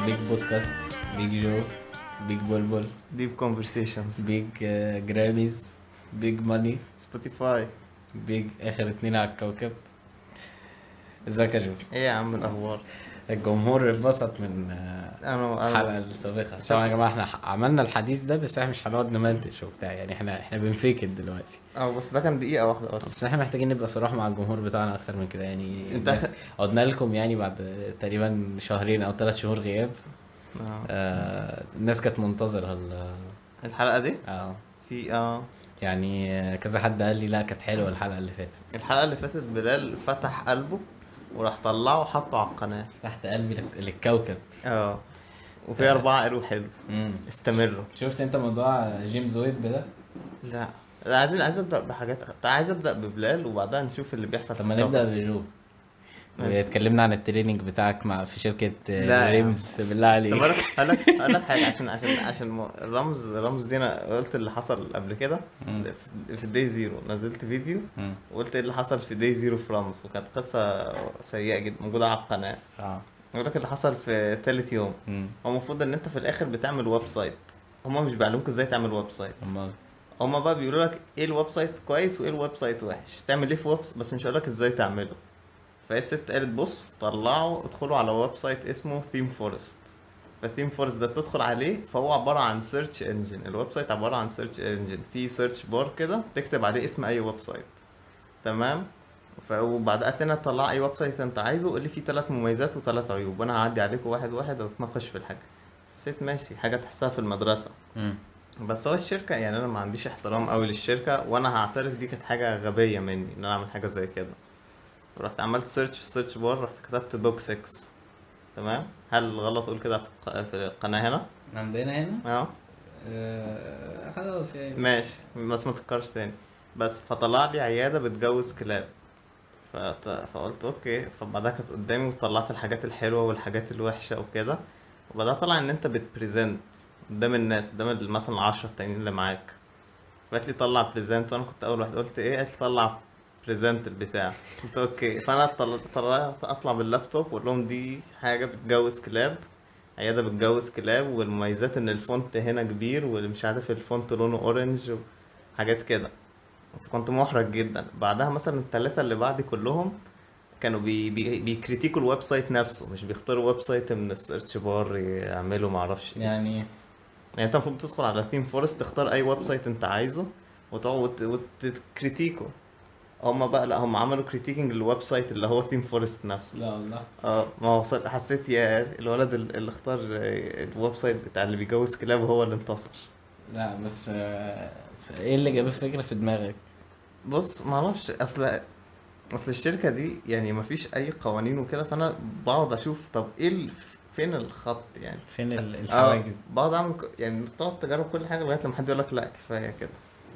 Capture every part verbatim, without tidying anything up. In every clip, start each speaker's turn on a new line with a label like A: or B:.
A: بيج بودكاست، بيج جو، بيج بلبل،
B: ديب كونفرسيشنز،
A: بيج جراميز، بيج ماني،
B: سبوتيفاي.
A: بيج اخر اتنين على الكوكب. ازيك يا جو؟
B: ايه يا عم الاخبار؟
A: الجمهور اتبسط من آه،
B: انا
A: الحلقه
B: انا
A: السابقه.
B: شكل-
A: طبعا يا جماعه احنا ح- عملنا الحديث ده، بس احنا مش هنقعد نمنتج وبتاع، يعني احنا احنا بنفيكت دلوقتي.
B: اه بس ده كان دقيقة واحدة بس.
A: بس احنا محتاجين نبقى صراحه مع الجمهور بتاعنا اكتر من كده، يعني
B: انت
A: الناس قعدنا لكم يعني بعد تقريبا شهرين او ثلاث شهور غياب.
B: آه.
A: آه الناس كانت منتظره ال-
B: الحلقة دي
A: اه
B: في اه
A: يعني آه، كذا حد قال لي لا كانت حلوه الحلقه اللي فاتت.
B: الحلقة اللي فاتت بلال فتح قلبه وراح طلعه وحطه على القناة.
A: فتحت قلبي لك- للكوكب.
B: اه وفي أربعة قالوا حلو.
A: امم
B: استمروا.
A: شفت انت موضوع جيمس ويب ده؟
B: لا لا، عايزين عايز ابدا بحاجات، عايز ابدا ببلال وبعدها نشوف اللي بيحصل
A: طب
B: في
A: ما نبدا
B: الكوكب.
A: بجو.
B: ماشي.
A: اتكلمنا عن التريننج بتاعك مع في شركه آه،
B: لا يا عم.
A: ريمز، بالله عليك.
B: طب اقول لك اقول لك حاجه، عشان عشان عشان م- الرمز رمز دي انا قلت اللي حصل قبل كده.
A: مم.
B: في- في داي زيرو نزلت فيديو
A: مم.
B: وقلت ايه اللي حصل في داي زيرو في رمز، وكانت قصه سيئه جدا موجوده على القناه.
A: اه
B: اقول لك اللي حصل في تالت يوم.
A: امم
B: هو المفروض ان انت في الاخر بتعمل ويب سايت. هما مش بيعلموك ازاي تعمل ويب سايت.
A: امال
B: هما بقى بيقولوا لك ايه الويب سايت كويس وايه الويب سايت وحش، تعمل ايه في ويب، بس مش هيقول لك ازاي تعمله. فهي الست قالت بص طلعوا ادخلوا على ويب سايت اسمه ثيم فورست. فالثيم فورست ده بتدخل عليه، فهو عبارة عن سيرش انجن. الويب سايت عبارة عن سيرش انجن، في سيرش بار كده تكتب عليه اسم اي ويب سايت. تمام. ف وبعد قالت لنا تطلع اي ويب سايت انت عايزه اللي فيه ثلاث مميزات وثلاث عيوب، وانا هعدي عليكم واحد واحد ونتناقش في الحاجة. الست ماشي، حاجة تحسها في المدرسة.
A: امم
B: بس هو الشركة يعني انا ما عنديش احترام قوي للشركة، وانا هعترف دي كانت حاجة غبية مني ان انا اعمل حاجة زي كده. رحت عملت سيرش في السيرش بار، رحت كتبت دوك ستة. تمام. هل غلط اقول كده في الق- في القناة هنا؟
A: عندنا هنا
B: اه
A: آه خلاص يعني.
B: ماشي، بس ما تفكرش تاني. بس فطلع لي عيادة بتجوز كلاب. فت... فقلت اوكي، فبعدها كانت قدامي وطلعت الحاجات الحلوة والحاجات الوحشة وكده. وبعدها طلع ان انت بتبريزنت قدام الناس، قدام ال- مثلا العشرة التانيين اللي معاك. فقالت لي طلع بريزنت، وانا كنت اول واحد قلت ايه، قالت لي طلع بريزنت البتاع. قلت اوكي، فانا طل- طلعت اطلع باللابتوب واقول لهم دي حاجة بتجوز كلاب، عيادة بتجوز كلاب، والمميزات ان الفونت هنا كبير واللي مش عارف الفونت لونه اورنج وحاجات كده. فكنت محرج جدا. بعدها مثلا التلاتة اللي بعدي كلهم كانوا بي بي بيكريتيكوا الويب سايت نفسه، مش بيختاروا ويب سايت من السيرش بار يعملوا معرفش ايه.
A: يعني
B: يعني انت المفروض تدخل على ثيم فورست تختار اي ويب سايت انت عايزه وتقعد وت- وتكريتيكو. هما بقى لا، هم عملوا كريتيكينج للويب سايت اللي هو ثيم فورست نفسه.
A: لا والله.
B: اه ما وصل، حسيت يا الولد ال- اللي اختار آه، الويب سايت بتاع اللي بيجوز كلاب هو اللي انتصر.
A: لا بس آه ايه اللي جاب الفكره في دماغك؟
B: بص ما اعرفش، اصل اصل الشركه دي يعني ما فيش اي قوانين وكده، فانا بقعد اشوف طب ايه ال... فين الخط يعني.
A: فين ال-
B: اه
A: الحواجز؟
B: بقعد اعمل ك- يعني تقعد تجرب كل حاجه لغايه لما حد يقول لك لا كفايه كده.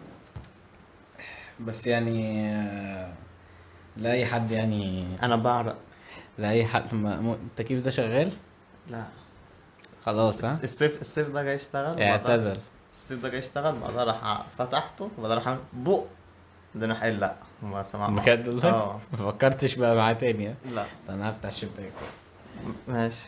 A: بس يعني آه لا اي حد يعني.
B: انا بعرق.
A: لا اي حد ما... م... التكييف ده شغال؟
B: لا
A: خلاص ها.
B: الس- الصيف الصيف ده جاي يشتغل وبعدها
A: اعتزل.
B: الصيف ده جاي يشتغل بعدها راح فتحته وبعدها راح عامل بق. ده انا قايل لا ما سمع
A: بجد والله؟
B: اه
A: ما فكرتش بقى معاه تاني ها؟
B: لا
A: طب انا هفتح الشباك.
B: ماشي.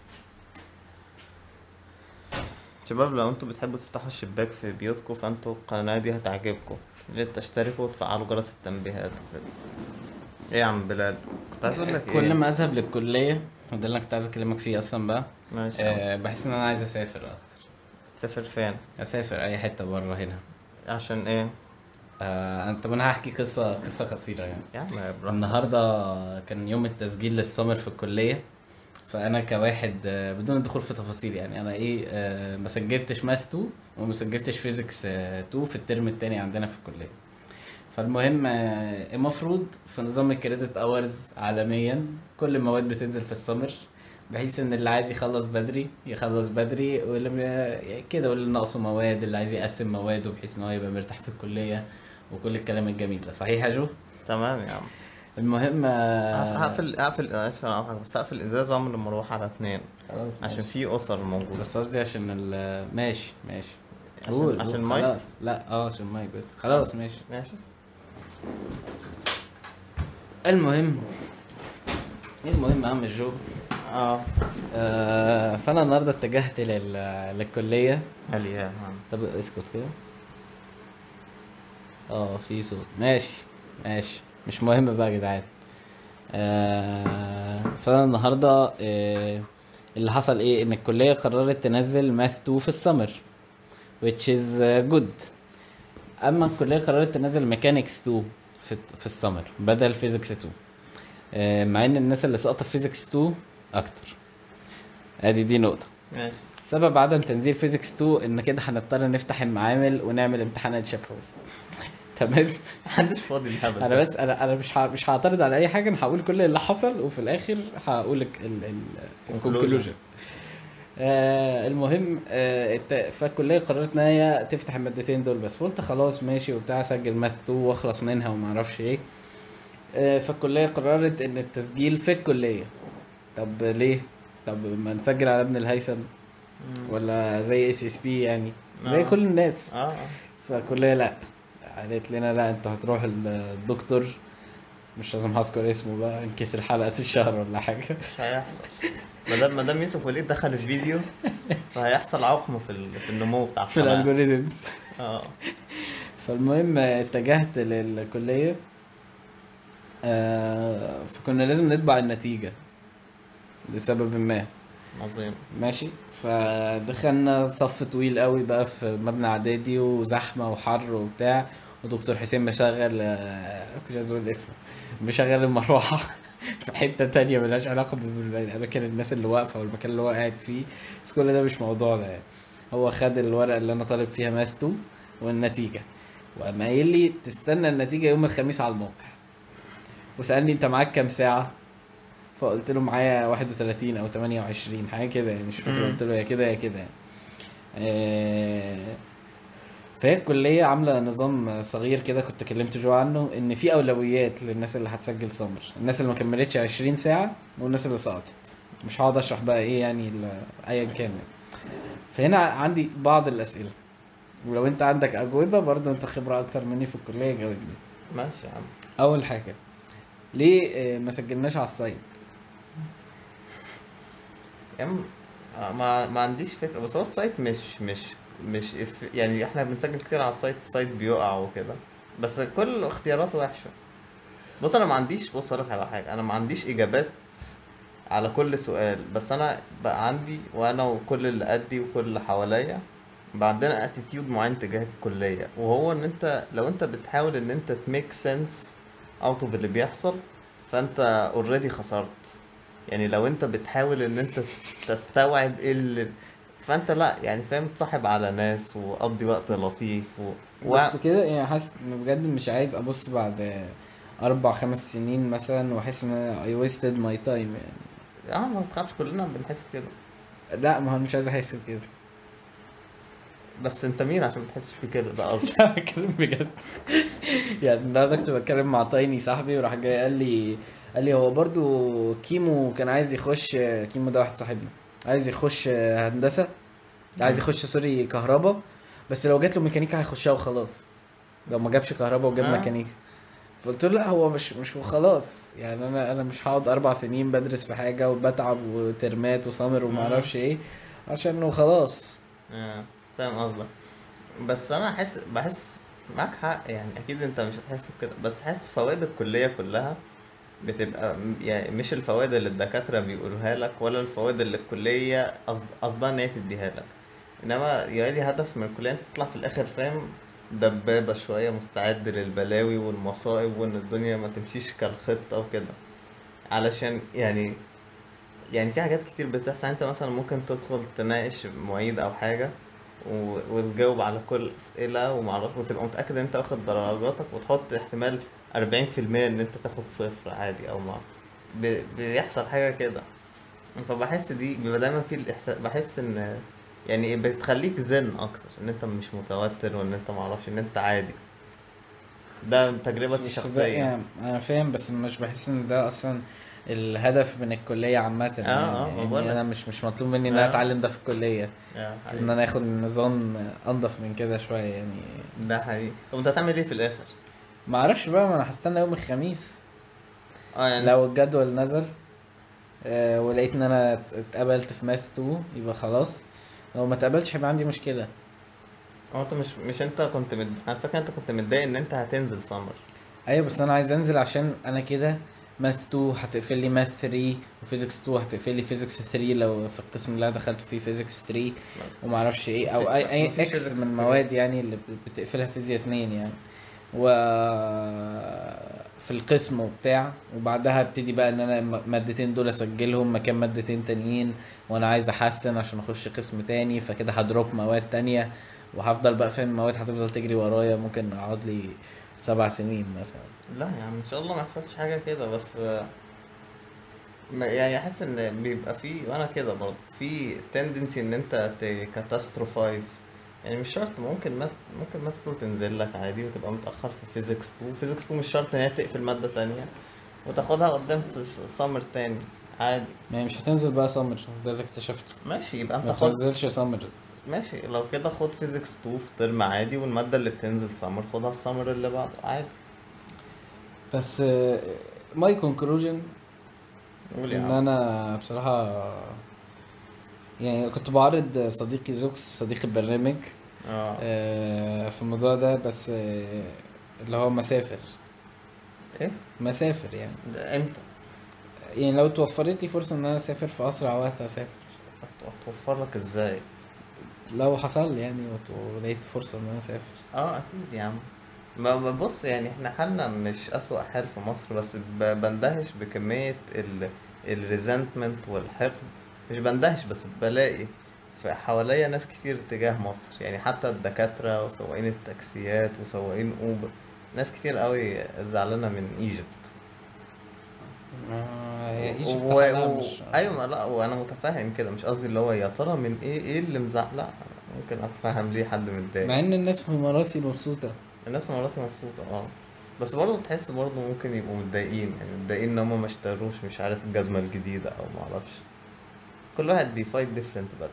B: شباب لو انتوا بتحبوا تفتحوا الشباك في بيوتكم فانتوا القناة دي هتعجبكم، اللي تشتركوا وتفعلوا جرس التنبيهات وكده. ايه يا عم بلال، كنت عايز اقول لك
A: كل
B: ايه.
A: ما اذهب للكليه، وده اللي انا كنت عايز اكلمك فيه اصلا بقى.
B: ماشي يا عم.
A: أه بحس ان انا عايز اسافر اكتر.
B: تسافر فين؟
A: اسافر اي حته بره هنا.
B: عشان ايه؟
A: أه انت انا هحكي قصه قصه قصيره يعني.
B: يا عم يا براحتك.
A: النهارده كان يوم التسجيل للسمر في الكليه. فانا كواحد آه، بدون الدخول في تفاصيل يعني انا ايه آه، ما سجلتش ماث اتنين وما سجلتش فيزيكس اتنين في الترم التاني عندنا في الكليه. فالمهم آه، المفروض في نظام الكريدت اورز عالميا كل المواد بتنزل في السمر، بحيث ان اللي عايز يخلص بدري يخلص بدري، واللي م- كده، واللي ناقصه مواد اللي عايز يقسم مواده بحيث ان هو يبقى مرتاح في الكليه، وكل الكلام الجميل ده. صحيح يا جو؟
B: تمام يا عم.
A: المهم
B: هقف-
A: آه،
B: هقفل هقفل انا اسف انا هقطعك، بس هقفل الازاز واعمل المروحة على اتنين
A: خلاص
B: عشان
A: ماشي.
B: في اسر موجودة.
A: بس قصدي عشان ال ماشي ماشي.
B: عشان
A: قول
B: عشان
A: قول
B: المايك.
A: خلاص. لا اه عشان المايك بس. خلاص ماشي.
B: ماشي.
A: المهم المهم يا عم الجو،
B: اه
A: آه فانا النهارده اتجهت لل... للكليه.
B: هل يا مان.
A: طب اسكت كده. اه في صوت، ماشي ماشي، مش مهم بقى يا جدعان. آه فانا النهارده آه اللي حصل ايه، ان الكليه قررت تنزل ماث اتنين في السمر which is uh, good. اما الكليه قررت تنزل ميكانيكس اتنين في في السمر بدل فيزيكس اتنين. آه مع ان الناس اللي سقطت في فيزيكس اتنين اكتر. ادي دي نقطه.
B: ماشي.
A: سبب عدم تنزيل فيزيكس اتنين ان كده هنضطر نفتح المعامل ونعمل امتحانات شفوي. تمام.
B: محدش فاضي الهبل
A: انا
B: ده.
A: بس انا انا مش ه... مش هعترض على اي حاجه، انا هقول كل اللي حصل وفي الاخر هقول لك الكونكلوجن. آه المهم آه الت... فالكليه قررت ان هي تفتح المادتين دول بس، قلت خلاص ماشي وبتاع، اسجل ماث اتنين واخلص منها وما اعرفش ايه. آه فالكليه قررت ان التسجيل في الكليه. طب ليه؟ طب ما نسجل على ابن الهيثم
B: مم.
A: ولا زي اس اس بي يعني زي
B: آه.
A: كل الناس.
B: اه اه
A: فالكليه لا، قالت لنا لا انتوا هتروحوا الدكتور، مش لازم هذكر اسمه بقى ان كيس الحلقه الشهر ولا حاجه.
B: مش هيحصل. مادام مادام يوسف وليد دخل الفيديو فهيحصل عقم في ال... في النمو بتاع
A: في
B: القناة.
A: الالجوريزمز.
B: اه
A: فالمهم اتجهت للكليه. آه فكنا لازم نطبع النتيجه لسبب ما.
B: عظيم.
A: ماشي. فدخلنا صف طويل قوي بقى في مبنى اعدادي وزحمه وحر وبتاع، ودكتور حسين مشغل آه، مش عايز اقول اسمه، مشغل المروحه في حته تانية ملهاش علاقه بالاماكن الناس اللي واقفه والمكان اللي هو قاعد فيه، بس كل ده مش موضوعنا يعني. هو خد الورقه اللي انا طالب فيها ماث اتنين والنتيجه، وقام قايل لي تستنى النتيجه يوم الخميس على الموقع، وسالني انت معاك كام ساعه، فقلت له معايا واحد وتلاتين او تمانية وعشرين حاجه كده يعني، مش فاكر،
B: مم.
A: قلت له يا كده يا كده يعني. آه، فهي الكليه عامله نظام صغير كده، كنت كلمت جو عنه، ان في اولويات للناس اللي هتسجل سمر، الناس اللي ما كملتش عشرين ساعه والناس اللي سقطت. مش هقعد اشرح بقى ايه يعني ال- ايا كان يعني. فهنا عندي بعض الاسئله، ولو انت عندك اجوبه برضو، انت خبره اكتر مني في الكليه جاوبني.
B: ماشي يا عم.
A: اول حاجه، ليه آه، ما سجلناش على السايت؟
B: يا عم آه، ما ما عنديش فكرة، بس هو السايت مش مش مش إف... يعني احنا بنسجل كتير على السايت، السايت بيقع وكده، بس كل الاختيارات وحشة. بص انا ما عنديش، بص اقولك على حاجة، انا ما عنديش اجابات على كل سؤال، بس انا بقى عندي، وانا وكل اللي قدي وكل اللي حواليا بقى عندنا اتيتيود معين تجاه الكلية، وهو ان انت لو انت بتحاول ان انت تميك سنس اوت اوف اللي بيحصل، فانت اوريدي خسرت. يعني لو انت بتحاول ان انت تستوعب ايه اللي، فانت لا يعني فاهم، تصاحب على ناس وقضي وقت لطيف و... و...
A: بس كده يعني حاسس ان بجد مش عايز ابص بعد اربع خمس سنين مثلا واحس ان انا I wasted my time يعني.
B: اه ما تخافش، كلنا بنحس كده.
A: لا ما هو مش عايز احس بكده.
B: بس انت مين عشان بتحسش في كده؟ ده قصدي.
A: لا بتكلم بجد. يعني النهارده كنت بتكلم مع تايني صاحبي وراح جاي قال لي، قال لي هو برضو كيمو كان عايز يخش، كيمو ده واحد صاحبنا عايز يخش هندسة، عايز
B: مم.
A: يخش سوري كهربا، بس لو جات له ميكانيكا هيخشها وخلاص، لو ما جابش كهربا وجاب
B: اه
A: ميكانيكا. فقلت له لا هو مش مش وخلاص يعني، انا انا مش هقعد اربع سنين بدرس في حاجه وبتعب وترمات وسمر وما
B: مم.
A: اعرفش ايه عشان وخلاص.
B: اه فاهم قصدك. بس انا حاسس، بحس معاك حق يعني، اكيد انت مش هتحس بكده، بس حاسس فوائد الكلية كلها بتبقى م- يعني مش الفوائد اللي الدكاترة بيقولوها لك، ولا الفوائد اللي الكلية قصد- قصدها ان هي تديها لك، انما يعني هدف من الكلية انت تطلع في الاخر فاهم، دبابة شوية مستعد للبلاوي والمصائب، وان الدنيا ما تمشيش كالخطة وكده. علشان يعني، يعني في حاجات كتير بتحصل، انت مثلا ممكن تدخل تناقش معيد او حاجة و... وتجاوب على كل الأسئلة ومعرفش، وتبقى متأكد ان انت واخد درجاتك، وتحط احتمال أربعين في المية ان انت تاخد صفر عادي او ما ب... بيحصل حاجة كده. فبحس دي بيبقى دايما في الإحساس، بحس ان يعني بتخليك زن اكتر، ان انت مش متوتر، وان انت معرفش، ان انت عادي. ده
A: بس
B: تجربتي
A: بس ده
B: الشخصية.
A: يعني انا فاهم، بس مش بحس ان ده اصلا الهدف من الكليه عامه
B: اه
A: يعني.
B: اه ما
A: يعني
B: بقولك.
A: انا مش مش مطلوب مني ان انا
B: اه
A: اتعلم ده في الكليه،
B: اه
A: المفروض ان
B: حقيقي.
A: انا اخد نظام انضف من كده شويه يعني.
B: ده حقيقي. طب انت هتعمل ايه في الاخر؟
A: ما اعرفش بقى، ما انا هستنى يوم الخميس
B: اه يعني.
A: لو الجدول نزل. آه ولقيت ان انا ات- اتقبلت في ماث اتنين، يبقى خلاص. لو ما اتقبلتش هيبقى عندي مشكله.
B: هو انت مش مش انت كنت مد... انا فاكر انت كنت متضايق ان انت هتنزل سمر.
A: ايوه بس انا عايز انزل عشان انا كده ماث اتنين هتقفل لي ماث تلاتة، وفيزيكس اتنين هتقفل لي فيزيكس تلاتة لو في القسم اللي انا دخلته فيه فيزيكس تلاتة، وما اعرفش ايه او اي اي
B: مفيش
A: اكس
B: فيزيكس
A: من
B: تلاتة.
A: المواد يعني اللي بتقفلها فيزياء اتنين يعني. و في القسم وبتاع، وبعدها ابتدي بقى ان انا الم- مادتين دول اسجلهم مكان مادتين تانيين، وانا عايز احسن عشان اخش قسم تاني، فكده هدروب مواد تانية، وهفضل بقى فاهم المواد هتفضل تجري ورايا، ممكن اقعد لي سبع سنين مثلا.
B: لا يا عم ان شاء الله ما يحصلش حاجه كده، بس آه، ما- يعني احس ان بيبقى فيه، وانا كده برضه في تندنسي ان انت تكاتاستروفايز. يعني مش شرط، ممكن ماث ممكن ماث اتنين تنزل لك عادي وتبقى متأخر في فيزيكس اتنين. فيزيكس اتنين مش شرط ان هي تقفل مادة تانية وتاخدها قدام في سمر تاني عادي.
A: يعني مش هتنزل بقى سمر، ده اللي اكتشفته.
B: ماشي يبقى انت
A: ما
B: خد.
A: بتنزلش سمرز.
B: ماشي لو كده خد فيزيكس اتنين في ترم عادي، والمادة اللي بتنزل سمر خدها السمر اللي بعده عادي.
A: بس ماي كونكلوجن
B: قول يا
A: ان
B: عم.
A: انا بصراحة يعني كنت بعرض صديقي زوكس صديق البرنامج
B: اه.
A: آه، في الموضوع ده، بس آه، اللي هو مسافر.
B: ايه
A: مسافر يعني.
B: ده امتى؟
A: يعني لو توفرت لي فرصة ان انا اسافر في اسرع وقت اسافر.
B: هت- هتوفر لك ازاي؟
A: لو حصل لي يعني وت- ولقيت فرصة ان انا اسافر.
B: اه اكيد يا عم. ما ما بص، يعني احنا حالنا مش اسوأ حال في مصر، بس ب- بندهش بكمية ال الريزنتمنت والحقد. مش بندهش، بس بلاقي في حواليا ناس كتير تجاه مصر، يعني حتى الدكاترة وسواقين التاكسيات وسواقين اوبر، ناس كتير قوي زعلانة من ايجيبت.
A: آه،
B: و...
A: هي ايجيبت
B: و...
A: حالها
B: و...
A: مش
B: ايوه ما لا، وانا متفاهم كده، مش قصدي اللي هو يا ترى من ايه ايه اللي مزعل، لا. ممكن اتفهم ليه حد متضايق.
A: مع ان الناس في مراسي مبسوطة.
B: الناس في مراسي مبسوطة اه. بس برضه تحس برضه ممكن يبقوا متضايقين، يعني متضايقين ان هما ما اشتروش مش عارف الجزمة الجديدة او ما اعرفش. كل واحد بيفايت ديفرنت بس.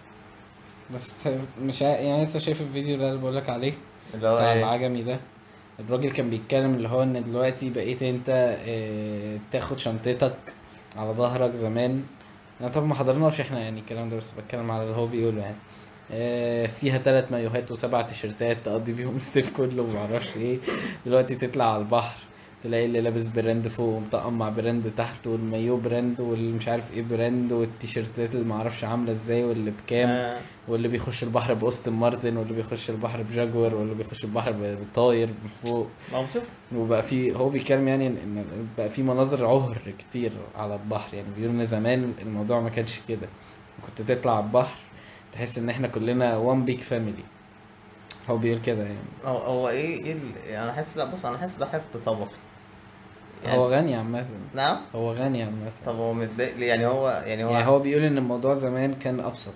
A: بس ت- مش عا- يعني لسه شايف الفيديو اللي انا بقولك عليه
B: اللي هو
A: بتاع
B: ايه؟
A: العجمي ده. الراجل كان بيتكلم اللي هو ان دلوقتي بقيت انت اه، تاخد شنطتك على ظهرك. زمان انا طبعا ما حضرناش احنا يعني الكلام ده، بس بتكلم على اللي هو بيقوله يعني. اه، فيها ثلاث مايوهات وسبع تيشرتات تقضي بيهم الصيف كله ومعرفش ايه. دلوقتي تطلع على البحر تلاقي اللي لابس براند فوق ومطقم مع براند تحت، والمايو براند واللي مش عارف ايه براند، والتيشيرتات اللي معرفش عاملة ازاي واللي بكام،
B: آه.
A: واللي بيخش البحر باوستن مارتن، واللي بيخش البحر بجاكور، واللي بيخش البحر ب- بطاير من فوق.
B: ما هو شوف.
A: وبقى في هو بيتكلم يعني ان إن بقى في مناظر عهر كتير على البحر. يعني بيقول ان زمان الموضوع ما كانش كده، كنت تطلع على البحر تحس ان احنا كلنا وان بيج فاميلي. هو بيقول كده يعني.
B: هو, هو ايه ايه ال... يعني انا حاسس، لا بص انا حاسس ده حقد طبقي يعني.
A: هو غني عامة.
B: نعم.
A: هو غني عامة.
B: طب هو متضايق ليه؟ يعني هو يعني
A: يعني
B: هو
A: هو بيقول ان الموضوع زمان كان ابسط.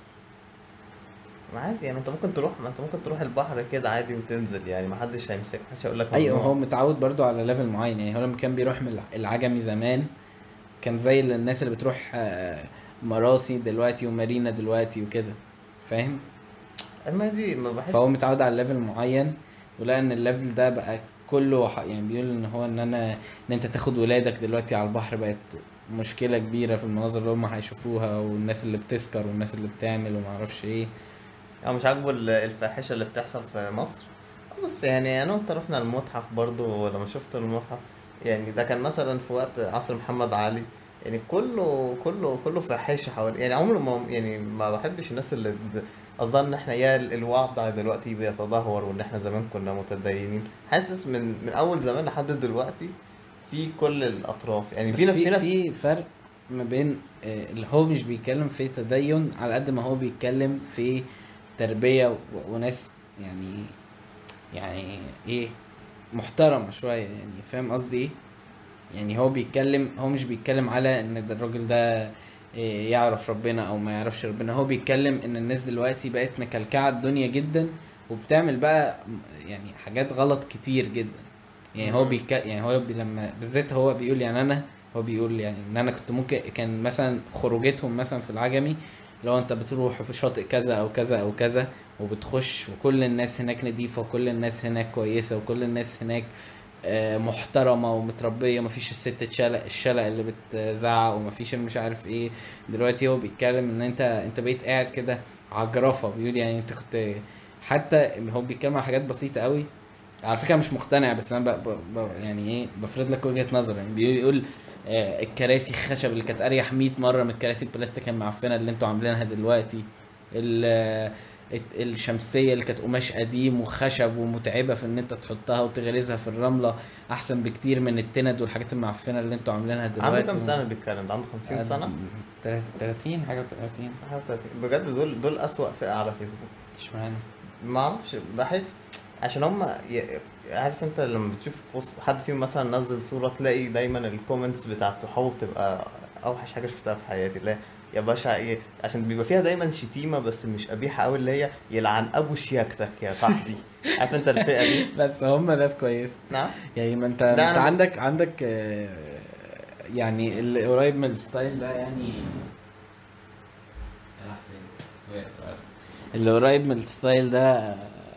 B: ما عادي يعني، انت ممكن تروح، ما انت ممكن تروح البحر كده عادي وتنزل، يعني ما حدش هيمسك، محدش هيقول لك
A: ايوه هو
B: ممنوع.
A: متعود برضو على ليفل معين. يعني هو لما كان بيروح من الع- العجمي زمان كان زي ال- الناس اللي بتروح آه، مراسي دلوقتي ومارينا دلوقتي وكده، فاهم.
B: اما دي ما
A: فهو
B: بحس.
A: متعود على ليفل معين، ولقى ان الليفل ده بقى كله ح- يعني بيقول ان هو ان انا ان انت تاخد ولادك دلوقتي على البحر بقت مشكلة كبيرة في المناظر اللي هم هيشوفوها، والناس اللي بتسكر والناس اللي بتعمل وما اعرفش ايه.
B: او مش عاجبه ال- الفاحشه اللي بتحصل في مصر. بص يعني انا وانت رحنا المتحف برضو، لما شفت المتحف، يعني ده كان مثلا في وقت عصر محمد علي، يعني كله كله كله فاحشه حوالي، يعني عمره ما، يعني ما بحبش الناس اللي ب- قصدها ان احنا يا ال- الوضع دلوقتي بيتدهور وان احنا زمان كنا متدينين. حاسس من من اول زمان لحد دلوقتي في كل الاطراف، يعني في
A: بس
B: ناس في
A: في
B: ناس
A: في فرق ما بين آه، اللي هو مش بيتكلم في تدين على قد ما هو بيتكلم في تربية و- وناس يعني، يعني ايه، محترمة شوية يعني، فاهم قصدي ايه. يعني هو بيتكلم، هو مش بيتكلم على ان ده الراجل ده إيه يعرف ربنا او ما يعرفش ربنا. هو بيتكلم ان الناس دلوقتي بقت مكلكعة الدنيا جدا، وبتعمل بقى م- يعني حاجات غلط كتير جدا. يعني هو
B: مم.
A: بيك يعني هو بي لما بالذات هو بيقول يعني انا، هو بيقول يعني ان انا كنت ممكن كان مثلا خروجتهم مثلا في العجمي لو انت بتروح في شاطئ كذا او كذا او كذا، وبتخش وكل الناس هناك نظيفة وكل الناس هناك كويسة وكل الناس هناك آه، محترمه ومتربيه، مفيش الست الشلق الشلق اللي بتزعق، ومفيش مش عارف ايه. دلوقتي هو بيتكلم ان انت انت بقيت قاعد كده عجرفه، بيقول يعني انت كنت حتى اللي هو بيتكلم عن حاجات بسيطه قوي. على فكره مش مقتنع، بس انا ب... ب... ب... يعني ايه بفرض لك وجهه نظر. يعني بيقول يقول آه، الكراسي الخشب اللي كانت اريح مية مره من الكراسي البلاستيك المعفنه اللي انتوا عاملينها دلوقتي. ال... آه، الت- الشمسيه اللي كانت قماش قديم وخشب ومتعبه في ان انت تحطها وتغرزها في الرمله، احسن بكتير من التند والحاجات المعفنه اللي انتوا عاملينها
B: عنده
A: دلوقتي.
B: كام سنة بيتكلم ده؟ عنده خمسين سنة؟
A: تلاتين حاجه تلاتين.
B: حاجة وتلاتين. بجد دول دول أسوأ فئة على فيسبوك.
A: اشمعنى؟
B: ما اعرفش، بحس عشان هم ي... عارف انت لما بتشوف بوست حد فيهم مثلا نزل صورة، تلاقي دايما الكومنتس بتاعت صحابه بتبقى اوحش حاجة شفتها في حياتي. لا يا باشا ايه، عشان بيبقى فيها دايما شتيمة بس مش قبيحة قوي، اللي هي يلعن ابو شياكتك يا صاحبي. عارف انت الفئة دي؟
A: بس هم ناس كويسه.
B: نعم.
A: يعني ما انت
B: لا
A: انت
B: انا ب...
A: عندك عندك آه، يعني اللي قريب من الستايل ده يعني. اللي قريب من الستايل ده آه،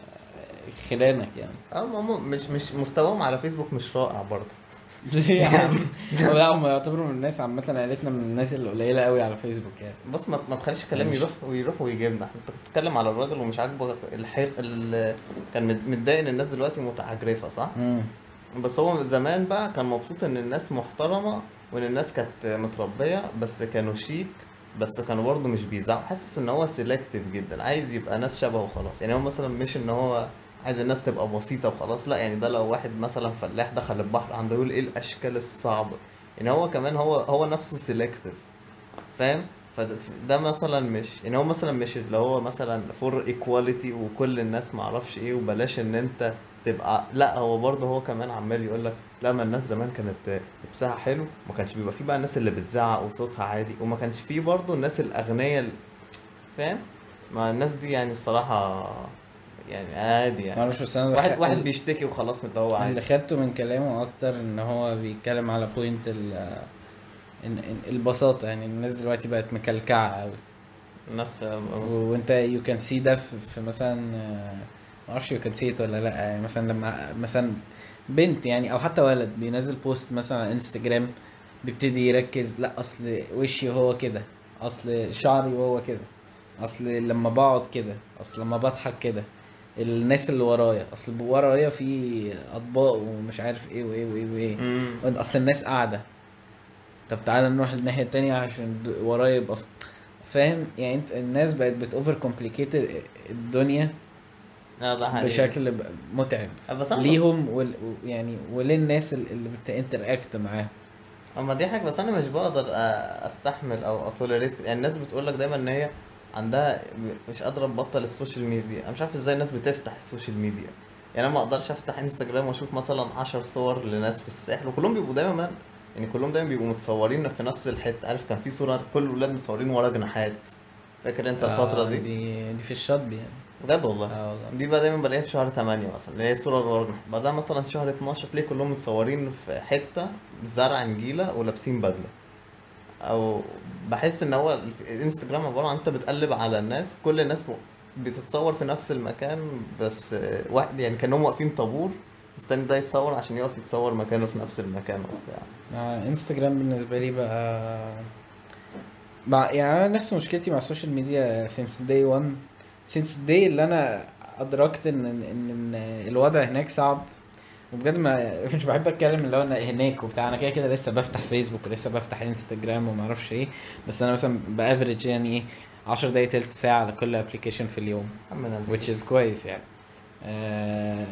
A: خلانك يعني.
B: اه هم مش مش مستواهم على فيسبوك مش رائع برضه.
A: ليه يا عم؟ هو لا، هم يعتبروا من الناس عامة، عيلتنا من الناس القليلة قوي على فيسبوك يعني.
B: بص ما ما تخليش الكلام
A: ماشي.
B: يروح ويروح ويجيبنا. انت بتتكلم على الراجل ومش عاجبه الحيط ال... كان مت- متضايق ان الناس دلوقتي متعجرفة صح؟
A: امم.
B: بس هو زمان بقى كان مبسوط ان الناس محترمة وان الناس كانت متربية، بس كانوا شيك، بس كانوا برضه مش بيزعقوا. حاسس ان هو سيلكتيف جدا، عايز يبقى ناس شبهه وخلاص. يعني هو مثلا مش ان هو عايز الناس تبقى بسيطة وخلاص، لا يعني ده لو واحد مثلا فلاح دخل البحر عنده يقول ايه الاشكال الصعبة. يعني هو كمان هو هو نفسه سيلكتيف، فاهم؟ فده مثلا مش يعني هو مثلا مش اللي هو مثلا فور ايكواليتي وكل الناس معرفش ايه وبلاش ان انت تبقى، لا هو برضه هو كمان عمال يقول لك لا ما الناس زمان كانت لبسها حلو، ما كانش بيبقى فيه بقى الناس اللي بتزعق وصوتها عادي، وما كانش فيه برضه الناس الاغنياء ال- فاهم؟ ما الناس دي يعني الصراحة يعني عادي يعني.
A: معرفش، بس انا
B: واحد
A: الخ...
B: واحد
A: ال-
B: بيشتكي وخلاص من اللي هو
A: اللي
B: عايزه.
A: خدته من كلامه اكتر ان هو بيتكلم على بوينت ال... إن... إن البساطة. يعني الناس دلوقتي بقت مكلكعة قوي.
B: الناس
A: و... وانت يو كان سي ده في... في مثلا آه، معرفش يو كان سي ولا لا. يعني مثلا لما مثلا بنت يعني او حتى ولد بينزل بوست مثلا على انستجرام، بيبتدي يركز لا اصل وشي هو كده، اصل شعري وهو كده، اصل لما بقعد كده، اصل لما بضحك كده، الناس اللي ورايا، اصل ورايا في اطباق ومش عارف ايه وايه وايه وايه،
B: امم
A: اصل الناس قاعده. طب تعالى نروح الناحيه التانية عشان د- ورايا يبقى ف- فاهم؟ يعني انت الناس بقت بتوفر كومبليكيت الدنيا
B: اه ده حقيقي.
A: بشكل ب- متعب
B: بس انا بس
A: ليهم وال... و- يعني وللناس ال- اللي بتinteract معاهم.
B: اما دي حاجه، بس انا مش بقدر أ- استحمل او اتوليريت. يعني الناس بتقول لك دايما ان هي عندها م- مش قادره تبطل السوشيال ميديا. انا مش عارف ازاي الناس بتفتح السوشيال ميديا. يعني انا ما اقدرش افتح انستجرام واشوف مثلا عشر صور لناس في الساحل وكلهم بيبقوا دايما، يعني كلهم دايما بيبقوا متصورين في نفس الحته. عارف كان في صوره كل الولاد متصورين ورا جناحات، فاكر انت الفتره
A: اه
B: دي؟
A: دي دي في الشطب يعني.
B: بجد والله.
A: اه والله.
B: دي بقى دايما بلاقيها في شهر تمانية مثلا، اللي هي الصورة اللي ورا. بعدها مثلا شهر اتناشر تلاقي كلهم متصورين في حتة زرع نجيلة ولابسين بدلة. او بحس ان هو الف- الانستجرام عبارة عن انت بتقلب على الناس، كل الناس م- بتتصور في نفس المكان، بس آه، واحد يعني كانهم واقفين طابور مستني ده يتصور عشان يقف يتصور مكانه في نفس المكان وبتاع.
A: آه، انستجرام بالنسبه لي بقى مع يعني انا نفس مشكلتي مع السوشيال ميديا since day one. since day اللي انا ادركت ان ان ان الوضع هناك صعب. وبجد ما مش بحب اتكلم اللي هو انا هناك وبتاع. انا كده كده لسه بفتح فيسبوك ولسه بفتح انستجرام وما اعرفش ايه. بس انا مثلا بافريج يعني ايه عشر دقايق تلت ساعه على كل ابلكيشن في اليوم،
B: عم
A: which
B: نزيل.
A: is كويس يعني. آه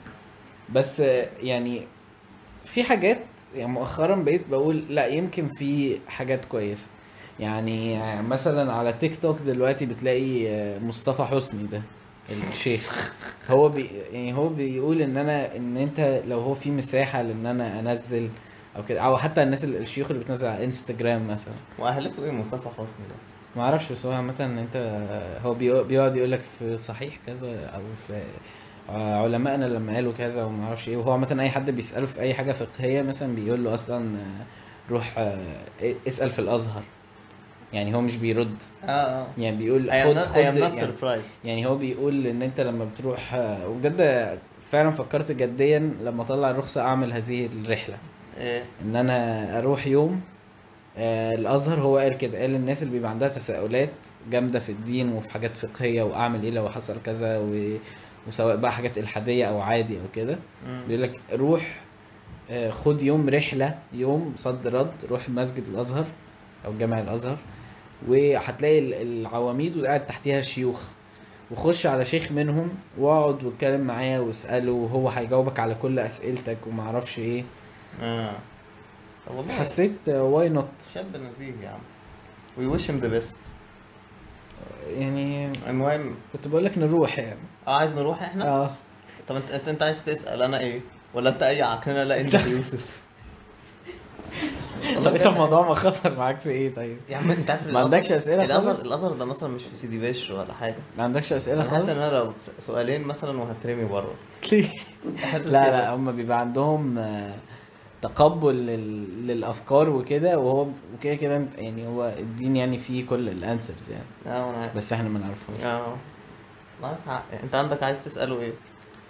A: بس آه، يعني في حاجات يعني مؤخرا بقيت بقول لا يمكن في حاجات كويسة. يعني مثلا على تيك توك دلوقتي بتلاقي آه، مصطفى حسني ده الشيخ. هو بي يعني هو بيقول ان انا ان انت لو هو في مساحة لان انا انزل او كده، او حتى الناس ال- الشيوخ اللي بتنزل على انستجرام مثلا.
B: واهلته ايه مصطفى حسني ده؟
A: ما اعرفش، بس هو عامة ان انت هو بيق- بيقعد يقول لك في صحيح كذا او في آه، علمائنا لما قالوا كذا وما اعرفش ايه. وهو عامة اي حد بيسأله في اي حاجة فقهية مثلا بيقول له اصلا آه، روح آه، اسأل في الازهر. يعني هو مش بيرد،
B: اه اه
A: يعني بيقول
B: I am
A: خد
B: not I
A: خد
B: am not
A: يعني.
B: surprised.
A: يعني هو بيقول ان انت لما بتروح آه، وبجد فعلا فكرت جديا لما اطلع الرخصة اعمل هذه الرحلة،
B: ايه
A: ان انا اروح يوم آه الازهر. هو قال كده، قال الناس اللي بيبقى عندها تساؤلات جامدة في الدين وفي حاجات فقهية، واعمل ايه لو حصل كذا و... وسواء بقى حاجات الحادية او عادي او كده،
B: مم.
A: بيقول لك روح آه خد يوم رحلة، يوم صد رد، روح مسجد الازهر او جامع الازهر، وهتلاقي ال- العواميد وقاعد تحتيها شيوخ، وخش على شيخ منهم واقعد واتكلم معاه واساله، وهو هيجاوبك على كل اسئلتك ومعرفش ايه.
B: اه طب والله
A: حسيت واي نوت
B: شاب نزيه يا عم. we wish him the best.
A: يعني.
B: المهم
A: كنت بقول لك نروح يعني.
B: اه عايز نروح احنا.
A: اه
B: طب انت انت, انت عايز تسأل انا ايه ولا انت اي عكننه؟ لا انت يوسف. والله
A: طب انت
B: بجد
A: الموضوع
B: عايز-
A: ما خسر معاك في ايه طيب؟
B: يا عم انت عارف
A: ما عندكش
B: الأزهر-
A: أسئلة
B: الازهر
A: خالص؟
B: الازهر ده مثلا مش في سيدي بشر ولا حاجه.
A: ما عندكش اسئله
B: انا حاسس
A: خالص؟
B: ان انا لو سؤالين مثلا وهترمي بره.
A: ليه؟
B: حاسس
A: لا
B: كده.
A: لا، هم بيبقى عندهم آه، تقبل لل... للافكار وكده، وهو وكده كده انت- يعني هو الدين يعني فيه كل الانسرز يعني،
B: اه انا عارف.
A: بس احنا ما نعرفوش.
B: اه معاك حق. انت عندك عايز تسأله ايه؟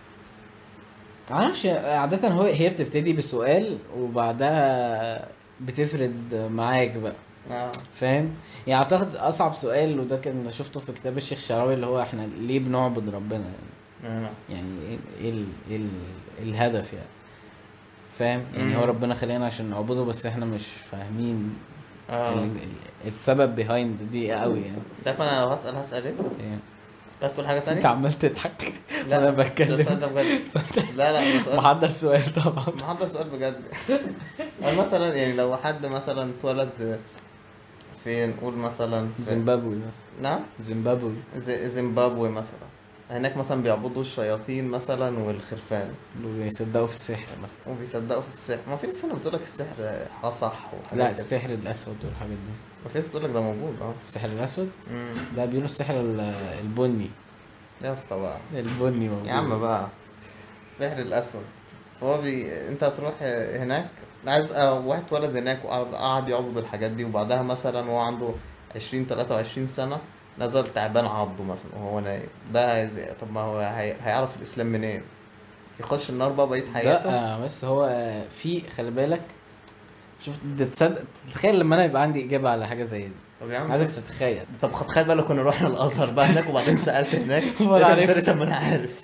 A: معرفش، عادة هو هي بتبتدي بسؤال وبعدها بتفرد معاك بقى،
B: اه
A: فاهم؟ يعني اعتقد اصعب سؤال، وده كان شفته في كتاب الشيخ شعراوي، اللي هو احنا ليه بنعبد ربنا يعني؟
B: اه
A: يعني ايه ايه ال- ايه ال- الهدف يعني، فاهم؟ يعني هو
B: مم.
A: ربنا خلينا عشان نعبده، بس احنا مش فاهمين
B: اه
A: ال- ال- السبب behind دي قوي يعني.
B: تعرف انا لو هسأل هسأل ايه؟
A: يعني
B: عايز تقول حاجة
A: انت
B: تانية؟
A: عمال تضحك
B: لا
A: وانا
B: ده
A: بتكلم.
B: السؤال ده بجد. لا لا ده سؤال
A: محضر سؤال طبعا.
B: محضر سؤال بجد. يعني مثلا يعني لو حد مثلا اتولد في نقول مثلا في
A: زيمبابوي مثلا.
B: نعم
A: زيمبابوي.
B: زي زيمبابوي مثلا، هناك مثلا بيعبدوا الشياطين مثلا والخرفان
A: اللي بيصدقوا في السحر مثلا.
B: وبيصدقوا في السحر. ما في ناس هنا بتقول لك السحر اه صح وحاجات
A: لا،
B: كده.
A: السحر الاسود والحاجات دي.
B: ما في ناس بتقول لك ده موجود اه.
A: السحر الاسود
B: امم
A: ده بيقولوا السحر ال- البني.
B: يا اسطى بقى
A: البني موجود.
B: يا عم بقى السحر الاسود. فهو بي... انت هتروح هناك عايز اه، واحد اتولد هناك وقعد يعبد الحاجات دي، وبعدها مثلا وهو عنده عشرين تلاتة وعشرين سنة نزل تعبان عضه مثلا وهو نايم. ده هي- طب ما هو هي... هيعرف الإسلام منين؟ يخش النار بقى بقية حياته؟
A: لا بس هو في، خلي بالك، شوف ده، تصدق تتخيل لما انا يبقى عندي اجابه على حاجه زي دي؟
B: طب يا عم
A: عايزك
B: شوف-
A: تتخيل.
B: طب تخيل بقى لو كنا رحنا الأزهر بقى هناك وبعدين سألت هناك
A: ولا
B: لقيتك
A: عرفت.
B: بتقولي طب ما أنا عارف.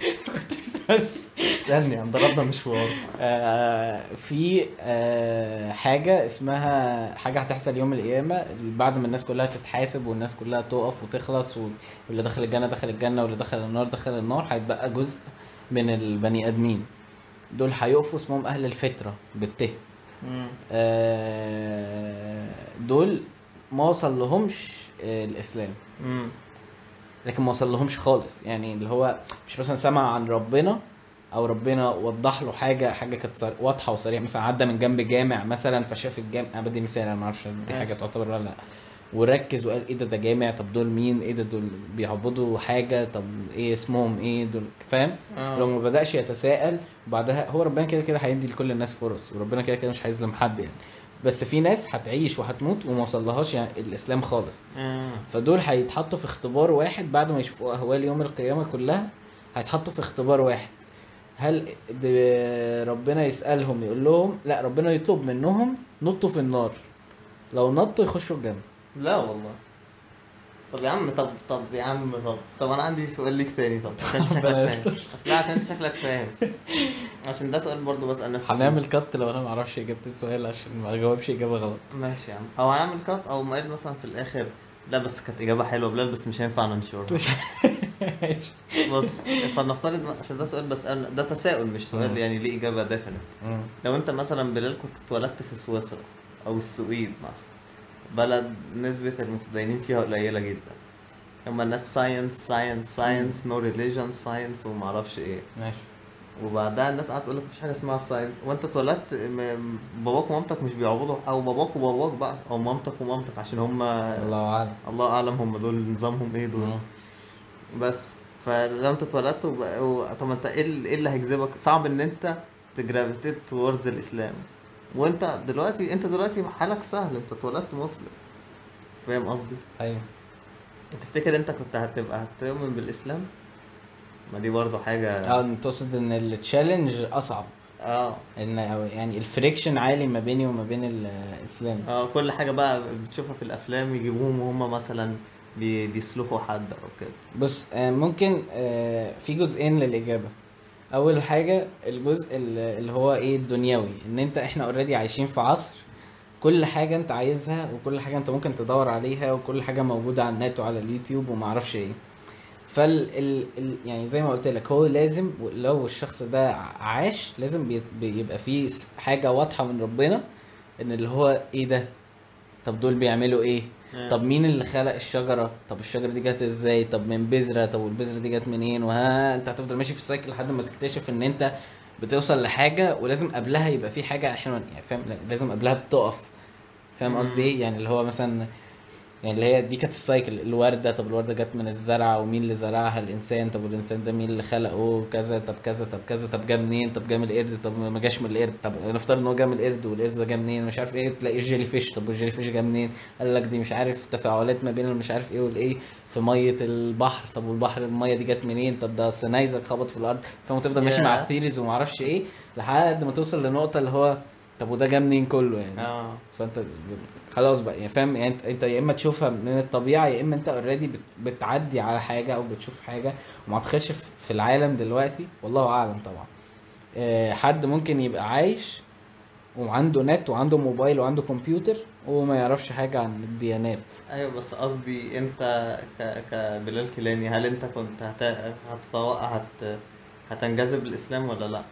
B: استني عم ضربنا مشوار.
A: آه في آه حاجة اسمها حاجة هتحصل يوم القيامة، بعد ما الناس كلها تتحاسب والناس كلها تقف وتخلص، و- واللي دخل الجنة دخل الجنة واللي دخل النار دخل النار، هيتبقى جزء من البني آدمين دول هيقفوا، اسمهم أهل الفترة بالته.
B: مم.
A: آه دول ما وصل لهمش آه الإسلام،
B: مم.
A: لكن ما وصل لهمش خالص، يعني اللي هو مش مثلا سمع عن ربنا او ربنا وضح له حاجه حاجه كانت صار- واضحه وصريحه، مثلا عدى من جنب جامع مثلا فشاف الجامع، انا بدي مثال، انا ما اعرفش دي حاجه تعتبر ولا لا، وركز وقال ايه ده ده جامع، طب دول مين، ايه ده دول بيعبدوا حاجه، طب ايه اسمهم ايه دول، فاهم؟
B: آه.
A: لو ما بداش يتساءل بعدها، هو ربنا كده كده هيدي لكل الناس فرص، وربنا كده كده مش هيظلم حد يعني، بس في ناس هتعيش وهتموت وما وصلهاش يعني الاسلام خالص،
B: مم.
A: فدول هيتحطوا في اختبار واحد بعد ما يشوفوا اهوال يوم القيامه كلها، هيتحطوا في اختبار واحد. هل د- ربنا يسألهم يقول لهم لا، ربنا يطلب منهم نطوا في النار، لو نطوا يخشوا الجنة.
B: لا والله. طب يا عم طب طب يا عم طب طب انا عندي سؤال ليك تاني. طب عشان انت شكلك
A: ربنا
B: فاهم.
A: يستر.
B: اصل لا عشان انت شكلك فاهم. عشان ده سؤال برضه بسأل نفسي.
A: هنعمل كات لو انا ما اعرفش اجابة السؤال عشان ما اجاوبش اجابة غلط.
B: ماشي يا عم. او هنعمل كات او مقال مثلا في الاخر. لا بس كانت اجابه حلوه بلال بس مش هينفع ننشرها.
A: ماشي.
B: بص فلنفترض عشان ده سؤال بسأل، ده تساؤل مش سؤال
A: مم.
B: يعني ليه اجابه ديفينيت.
A: مم.
B: لو انت مثلا بلال كنت اتولدت في سويسرا او السويد مثلا، بلد نسبه المتدينين فيها قليله جدا، هما الناس ساينس ساينس ساينس نو ريليجن ساينس ومعرفش ايه،
A: ماشي.
B: وبعدها الناس قعدت تقول لك مفيش حاجه اسمها ساينس، وانت اتولدت م- باباك ومامتك مش بيعبدوا، او باباك وباباك بقى او مامتك ومامتك عشان هما
A: الله اعلم.
B: الله اعلم هم دول نظامهم ايه دول.
A: مم.
B: بس فلو انت اتولدت وب... و... طب انت ايه ال- ايه اللي هيجذبك؟ صعب ان انت تجرافيتيت توردز الاسلام، وانت دلوقتي انت دلوقتي حالك سهل، انت اتولدت مسلم. فاهم قصدي؟
A: ايوه.
B: تفتكر انت كنت هتبقى هتؤمن بالاسلام؟ ما دي برضو حاجة.
A: اه تقصد ان التشالنج اصعب،
B: اه
A: ان أو يعني الفريكشن عالي ما بيني وما بين الاسلام.
B: اه كل حاجة بقى بتشوفها في الافلام يجيبوهم وهم مثلا بي... بيسلخوا حد او كده.
A: بص آه، ممكن آه، في جزئين للاجابه. اول حاجه الجزء ال- اللي هو ايه الدنيوي، ان انت احنا اوريدي عايشين في عصر كل حاجه انت عايزها وكل حاجه انت ممكن تدور عليها وكل حاجه موجوده على النت وعلى اليوتيوب وما اعرفش ايه. فال ال ال يعني زي ما قلت لك هو لازم لو الشخص ده عاش لازم بي- بيبقى فيه س- حاجه واضحه من ربنا، ان اللي هو ايه ده، طب دول بيعملوا ايه،
B: آه.
A: طب مين اللي خلق الشجرة، طب الشجرة دي جت ازاي، طب من بذرة، طب والبذرة دي جت منين، وها انت هتفضل ماشي في السايكل لحد ما تكتشف ان انت بتوصل لحاجة، ولازم قبلها يبقى في حاجة احنا يعني فاهم، لازم قبلها بتقف. فاهم قصدي
B: مم.
A: ايه؟ يعني اللي هو مثلا يعني اللي هي دي كانت السايكل، الوردة، طب الوردة جت من الزرعة ومين اللي زرعها، الإنسان، طب والإنسان ده مين اللي خلقه، كذا، طب كذا، طب كذا، طب جه منين، طب جه من القرد، طب ما جاش من القرد، طب نفترض ان هو جه من القرد والقرد ده جه منين، مش عارف ايه، تلاقي الجيلي فيش، طب والجيلي فيش جه منين، قال لك دي مش عارف تفاعلات ما بين مش عارف ايه والايه في مية البحر، طب والبحر المية دي جت منين، طب ده سنايزك خبط في الأرض، فما تفضل ماشي مع
B: ياه.
A: الثيريز وما اعرفش ايه لحد ما توصل لنقطة اللي هو طب وده جه منين كله يعني.
B: اه
A: فانت خلاص بقى يعني فاهم، يعني انت, انت يا اما تشوفها من الطبيعه يا اما انت اوريدي بت بتعدي على حاجه او بتشوف حاجه. وما تخش في في العالم دلوقتي والله اعلم طبعا، اه حد ممكن يبقى عايش وعنده نت وعنده موبايل وعنده كمبيوتر وما يعرفش حاجه عن الديانات.
B: ايوه بس قصدي انت ك... كبلال كيلاني، هل انت كنت هت... هتطو... هت... هتنجذب الاسلام ولا لا؟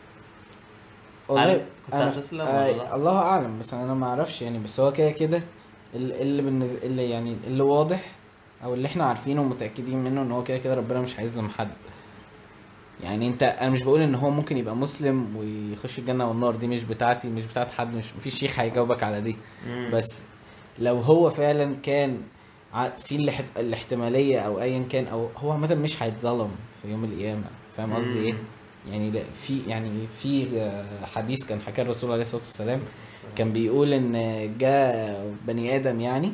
B: هل
A: والله
B: كنت
A: انا
B: هتسلم ولا لا؟
A: آه الله اعلم، بس انا ما اعرفش يعني، بس هو كده كده ال- اللي بالنسبه اللي يعني اللي واضح او اللي احنا عارفينه ومتاكدين منه ان هو كده كده ربنا مش هيظلم حد. يعني انت انا مش بقول ان هو ممكن يبقى مسلم ويخش الجنة والنار، دي مش بتاعتي مش بتاعت حد، مش مفيش شيخ هيجاوبك على دي.
B: امم
A: بس لو هو فعلا كان ع- في الاحت... الاحتمالية او ايا كان، او هو عامة مش هيتظلم في يوم القيامة. فاهم قصدي ايه؟
B: امم
A: يعني لا في يعني في آه، حديث كان حكاه الرسول عليه الصلاة والسلام، كان بيقول ان جاء بني ادم يعني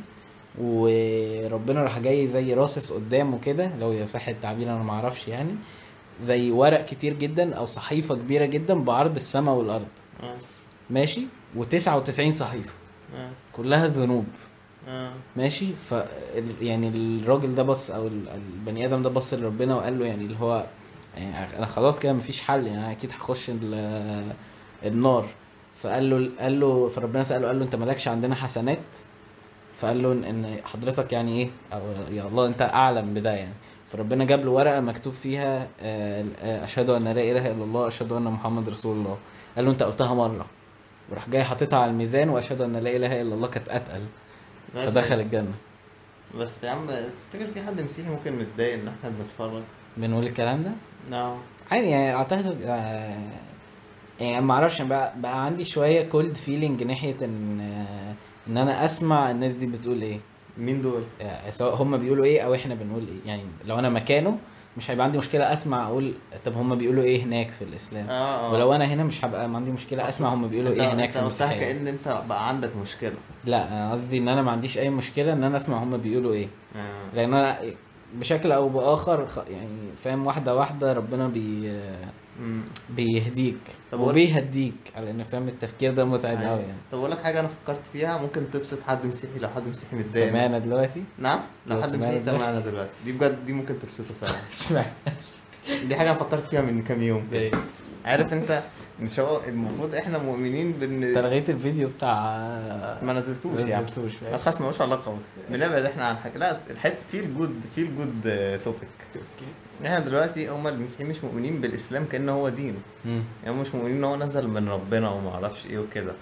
A: وربنا راح جاي زي راصص قدامه كده، لو يصح التعبير انا معرفش يعني، زي ورق كتير جدا او صحيفة كبيرة جدا بعرض السماء والارض،
B: اه
A: ماشي، وتسعة وتسعين صحيفة
B: اه
A: كلها ذنوب،
B: اه
A: ماشي. ف ال- يعني الراجل ده بص او ال- البني ادم ده بص لربنا وقال له يعني اللي هو يعني انا خلاص كده مفيش حل، يعني أنا اكيد هخش ال- النار. فقال له قال له فربنا سأله قال له انت مالكش عندنا حسنات؟ فقال له ان إن حضرتك يعني ايه، او يا الله انت اعلم بده يعني. فربنا جاب له ورقه مكتوب فيها آه، آه، اشهد ان لا اله الا الله اشهد ان محمد رسول الله. قال له انت قلتها مره، وراح جاي حاططها على الميزان واشهد ان لا اله الا الله كانت اتقل،
B: بس
A: فدخل الجنه.
B: بس يا عم تفتكر في حد مسيحي ممكن متضايق ان احنا بنتفرج؟
A: بنقول الكلام ده
B: لا.
A: عادي يعني اعتقد آه، يعني ما اعرفش بقى, بقى عندي شويه كولد فيلينج ناحيه ان آه، ان انا اسمع الناس دي بتقول ايه،
B: مين دول؟
A: آه، سواء هم بيقولوا ايه او احنا بنقول ايه. يعني لو انا مكانه مش هيبقى عندي مشكلة اسمع اقول طب هم بيقولوا ايه هناك في الاسلام،
B: اه اه
A: ولو انا هنا مش هبقى ما عندي مشكلة
B: اصل
A: اسمع هم بيقولوا
B: انت
A: ايه هناك
B: انت
A: في
B: قلتها
A: المسيحية.
B: كأن انت بقى عندك مشكلة.
A: لا انا قصدي ان انا ما عنديش اي مشكلة ان انا اسمع هم بيقولوا ايه،
B: اه
A: لان انا بشكل او باخر خ- يعني فاهم واحدة واحدة ربنا بي
B: امم
A: بيهديك
B: طب اقول
A: وبيهديك على ان فاهم التفكير ده متعب قوي
B: أيوة.
A: يعني.
B: طب اقول لك حاجة انا فكرت فيها ممكن تبسط حد مسيحي، لو حد مسيحي متضايق منه.
A: سمعنا دلوقتي.
B: نعم لو
A: لو
B: حد
A: سمعنا
B: مسيحي
A: دلوقتي
B: سمعنا دلوقتي دي بجد دي ممكن تبسطه فعلا.
A: اشمعنى؟
B: دي حاجة انا فكرت فيها من كام يوم كده.
A: ليه؟
B: عارف انت مش هو المفروض احنا مؤمنين
A: انت
B: بان
A: لغيت الفيديو بتاع
B: ما نزلتوش
A: ما
B: يعني.
A: نزلتوش
B: ما تخافش ملوش علاقة، بنبعد احنا عن حاجة. لا الحته في الجود في الجود توبيك. احنا دلوقتي هم المسيحيين مش مؤمنين بالاسلام كأنه هو دين،
A: مم.
B: يعني هم مش مؤمنين ان هو نزل من ربنا وما اعرفش ايه وكده.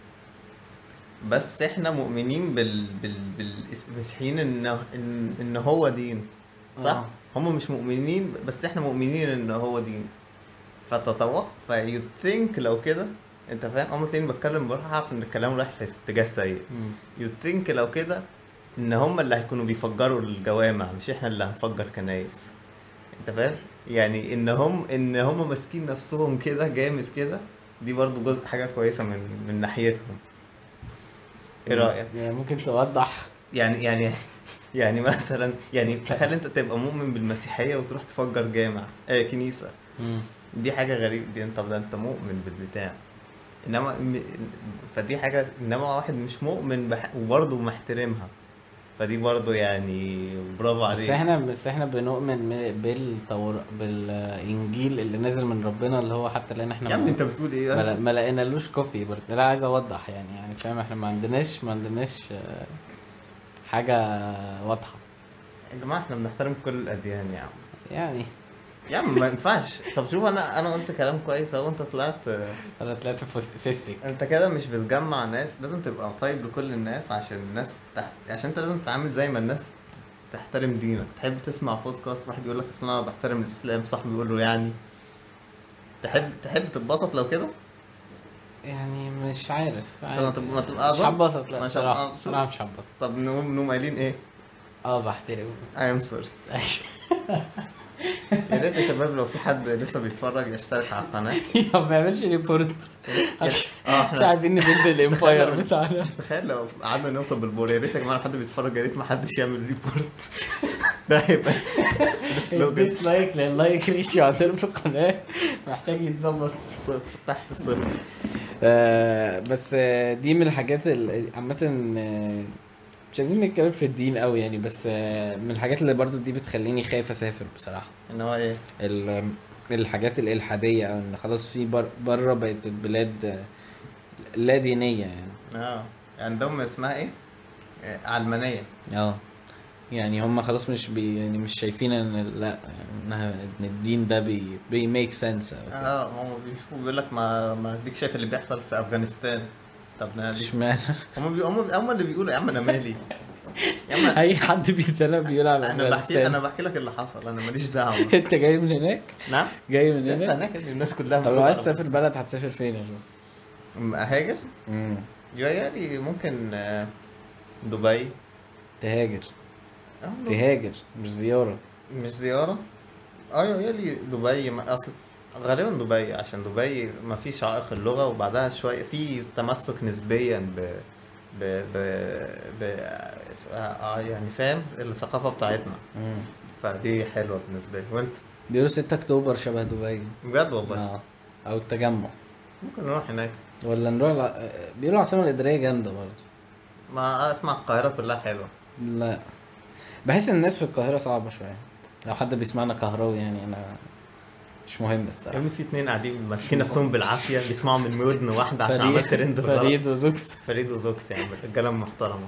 B: بس احنا مؤمنين بال بال بالمسيحيين ان ان ان هو دين، صح؟
A: اه.
B: هم مش مؤمنين بس احنا مؤمنين ان هو دين. فتتوقع فيو ثينك لو كده انت فاهم، هم تلاقيني بتكلم بروح عارف ان الكلام رايح في اتجاه سيء.
A: مم.
B: يو ثينك لو كده ان هم اللي هيكونوا بيفجروا الجوامع مش احنا اللي هنفجر كنايس. انت فاهم؟ يعني ان هم ان هم ماسكين نفسهم كده جامد كده، دي برضو جزء حاجة كويسة من من ناحيتهم. ايه
A: مم.
B: رأيك؟
A: يعني ممكن توضح.
B: يعني يعني يعني مثلا يعني تخيل انت تبقى مؤمن بالمسيحيه وتروح تفجر جامع آه كنيسه.
A: مم.
B: دي حاجه غريبه دي، انت ده انت مؤمن بالبتاع. انما م- فدي حاجه، انما واحد مش مؤمن بح... وبرضه محترمها، فدي برضه يعني برافو
A: بس
B: عليك.
A: احنا بس احنا بنؤمن من- بالتور بالانجيل اللي نازل من ربنا، اللي هو حتى لان احنا
B: يا ابني
A: ما
B: انت بتقول ايه
A: ما
B: انت؟
A: لا- ما لقينالوش كوبي برضه. لا عايز اوضح يعني يعني فاهم، احنا ما عندناش ما عندناش آه، حاجة واضحة
B: يا جماعه احنا بنحترم كل الاديان يا عم.
A: يعني.
B: يا عم ما ينفعش. طب شوف انا انا قلت كلام كويس اهو، انت طلعت.
A: انا طلعت فوس- فيستك.
B: انت كده مش بتجمع ناس، لازم تبقى طيب لكل الناس عشان الناس تحت... عشان انت لازم تتعامل زي ما الناس تحترم دينك. تحب تسمع بودكاست واحد يقول لك اصل انا بحترم الاسلام، صاحبي يقول له يعني تحب تحب تتبسط لو كده؟
A: يعني مش عارف
B: طب ما تبقى ما تبقى
A: مش
B: ظلم.
A: هتبسط، لا
B: مش
A: بصراحة
B: هبقى
A: بصراحة
B: شوف.
A: مش هتبسط.
B: طب نقوم نقوم قايلين ايه؟
A: اه بحترم.
B: I am sorry. يا ريت يا شباب لو في حد لسه بيتفرج يشترك على القناة.
A: ما بيعملش ريبورت
B: يا- اه
A: مش
B: احنا
A: عايزين نبيلد الامباير
B: تخيل-
A: بتاعنا.
B: تخيل لو قعدنا نوطب بالبور. يا ريت يا جماعه لو حد بيتفرج يا ريت ما حدش يعمل ريبورت. ده هيبقى السلوجان.
A: الديسلايك لللايك ريشيو عندنا في القناة محتاج يتظبط.
B: صفر تحت الصفر.
A: آه بس آه دي من الحاجات ال- عامة آه، مش عايزين نتكلم في الدين قوي يعني، بس آه من الحاجات اللي برضو دي بتخليني خايف اسافر بصراحة.
B: ان هو ايه؟
A: ال- الحاجات الإلحادية، او ان خلاص في بر بره بقت البلاد آه، لا دينية يعني.
B: اه عندهم اسمها ايه؟ آه، علمانيه.
A: اه يعني هم خلاص مش بي يعني مش شايفين ان لا انها ان الدين ده بي بي ميك سنس او كده.
B: اه هم بيشوفوا بيقول لك ما ما اديك شايف اللي بيحصل في افغانستان. طب ما دي
A: اشمعنى؟
B: هم بي... هم هم اللي بيقولوا يا عم انا مالي. يا عم
A: اي حد بيتكلم بيقول على
B: انا بحكي
A: افغانستان.
B: انا بحكي لك اللي حصل، انا ماليش دعوه.
A: انت جاي من هناك؟
B: نعم.
A: جاي من
B: لسه
A: هناك؟
B: هناك الناس كلها
A: طب لو
B: بتقول
A: عايز
B: على
A: تسافر
B: مصر.
A: بلد هتسافر فين يا جو؟
B: أم اهاجر.
A: امم
B: يالي ممكن آه، دبي.
A: تهاجر.
B: آه،
A: تهاجر مش زيارة.
B: مش زيارة. ايوه يالي دبي ما- اصل غالبا دبي عشان دبي ما فيش عائق اللغة، وبعدها شوية في تمسك نسبيا ب ب ب, ب... آه يعني فاهم الثقافة بتاعتنا.
A: امم
B: فدي حلوة بالنسبة لي. وانت؟
A: بيقولوا ستة اكتوبر شبه دبي.
B: بجد والله.
A: اه او التجمع.
B: ممكن نروح هناك.
A: ولا نروح الع... بيقولوا العاصمة الإدارية جامدة برضه.
B: ما اسمع القاهرة كلها حلوة.
A: لا بحس ان الناس في القاهرة صعبة شوية. لو حد بيسمعنا قهراوي يعني انا مش مهم
B: يا
A: الصراحة.
B: ابني في اتنين قاعدين ماسكين نفسهم بالعافية بيسمعوا من ودن واحدة عشان
A: فريد-
B: عملت ترند غلط.
A: فريد وزوكس.
B: فريد وزوكس يا عم رجالة محترمة.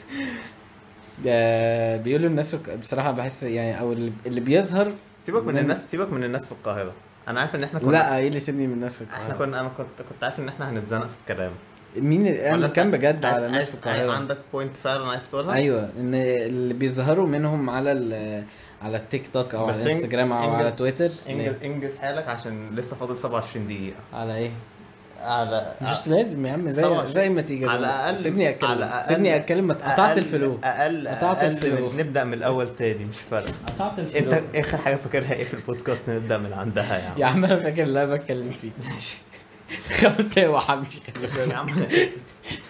A: آه، بيقولوا الناس في... بصراحة بحس يعني او اللي, اللي بيظهر.
B: سيبك من
A: من-
B: الناس سيبك من الناس في القاهرة. انا عارف ان احنا كنا
A: لا ايه اللي سيبني من الناس في
B: احنا
A: القاهرة؟
B: كنا انا كنت كنت عارف ان احنا هنتزنق في الكلام.
A: مين اللي
B: ولا
A: انا
B: انت
A: كان بجد
B: عايز
A: على الناس في
B: عايز
A: القاهرة؟
B: عندك بوينت فعلا عايز تقولها؟
A: ايوه ان اللي بيظهروا منهم على ال... على التيك توك او
B: بس
A: على
B: إنج-
A: الانستجرام او على
B: إنجز-
A: تويتر.
B: انجز
A: ليه؟
B: انجز حالك عشان لسه فاضل سبعة وعشرين دقيقة.
A: على ايه؟
B: على
A: مش لازم يا عم، زي
B: سبعة وعشرين
A: زي ما تيجي.
B: على الاقل
A: سيبني اتكلم
B: على أقل
A: سيبني اتكلم. ما قطعت
B: أقل-
A: الفلو.
B: اقل
A: قطعت
B: اقل
A: الفلو.
B: من- نبدأ من الاول تاني مش فارقة.
A: قطعت الفلو.
B: انت اخر حاجة فاكرها ايه في البودكاست نبدأ من عندها يا عم؟
A: يا عم انا فاكر اللي انا بتكلم فيه. خمس دقايق وحمشي.
B: يا عم أنا آسف.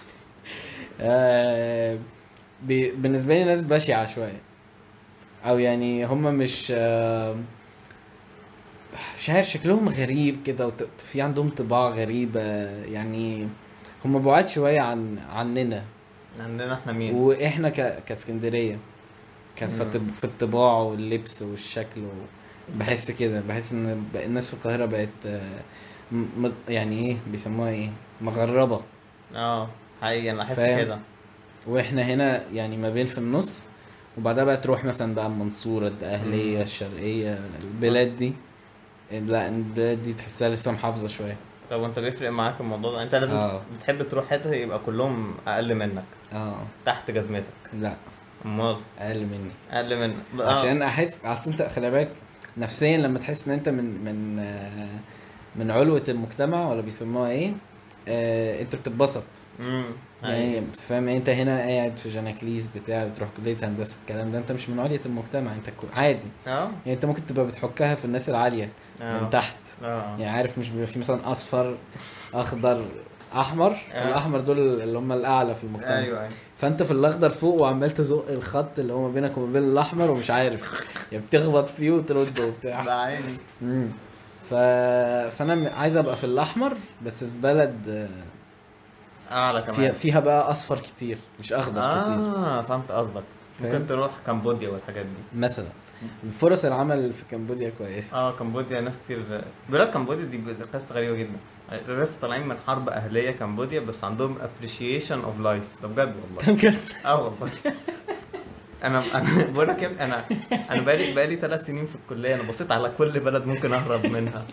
A: آه، بي- بالنسبه لي ناس بشعه شويه، او يعني هم مش آه، مش عارف شكلهم غريب كده، وت- في عندهم طباع غريبه يعني. هم بعاد شويه عن عننا،
B: عندنا احنا مين؟
A: واحنا ك... كاسكندريه كان في
B: مم.
A: الطب- في الطباع واللبس والشكل و... بحس كده. بحس ان ب- الناس في القاهره بقت آه، م... م- يعني ايه بيسموها ايه، مغربه.
B: اه حقيقي انا لاحظت
A: فاهم.
B: كده.
A: واحنا هنا يعني ما بين في النص، وبعدها بقى تروح مثلا بقى المنصورة، الدقهلية،
B: مم.
A: الشرقية، البلاد دي. لا البلاد دي تحسها لسه محافظة شوية.
B: طب وانت بيفرق معاك الموضوع ده؟ انت لازم
A: اه.
B: بتحب تروح حته يبقى كلهم اقل منك
A: اه
B: تحت جزمتك.
A: لا
B: امال
A: اقل مني.
B: اقل منك آه.
A: عشان احس اصل انت خلي بالك نفسيا لما تحس ان انت من من آه، من علوة المجتمع ولا بيسموها ايه، آه انت بتتبسط
B: امم
A: يعني. بس فاهم انت هنا قاعد في جناكليس بتاع بتروح كلية هندسة الكلام ده، انت مش من علية المجتمع، انت كو- عادي
B: اه
A: يعني. انت ممكن تبقى بتحكها في الناس العالية
B: اه
A: من تحت
B: اه
A: يعني. عارف مش بيبقى في مثلا اصفر اخضر احمر،
B: آه.
A: الاحمر دول اللي هم الاعلى في المجتمع.
B: ايوه ايوه
A: فانت في الاخضر فوق وعمال تزق الخط اللي هو ما بينك وما بين الاحمر ومش عارف يعني بتخبط فيه وترد وبتاع.
B: ده عيني.
A: امم ف... فانا م- عايز ابقى في الاحمر بس في بلد آه،
B: اعلى كمان.
A: فيها فيها بقى اصفر كتير مش اخضر آه. كتير
B: اه فهمت قصدك.
A: فاهم؟
B: ممكن تروح كمبوديا والحاجات دي.
A: مثلا فرص العمل في كمبوديا كويسه.
B: اه كمبوديا ناس كتير بيقول لك كمبوديا دي قصه غريبه جدا. الناس طالعين من حرب اهليه كمبوديا بس عندهم appreciation of life. ده بجد والله.
A: بجد
B: اه والله. انا انا بقول لك يا ابني، انا انا بقالي بقالي ثلاث سنين في الكليه، انا بصيت على كل بلد ممكن اهرب منها.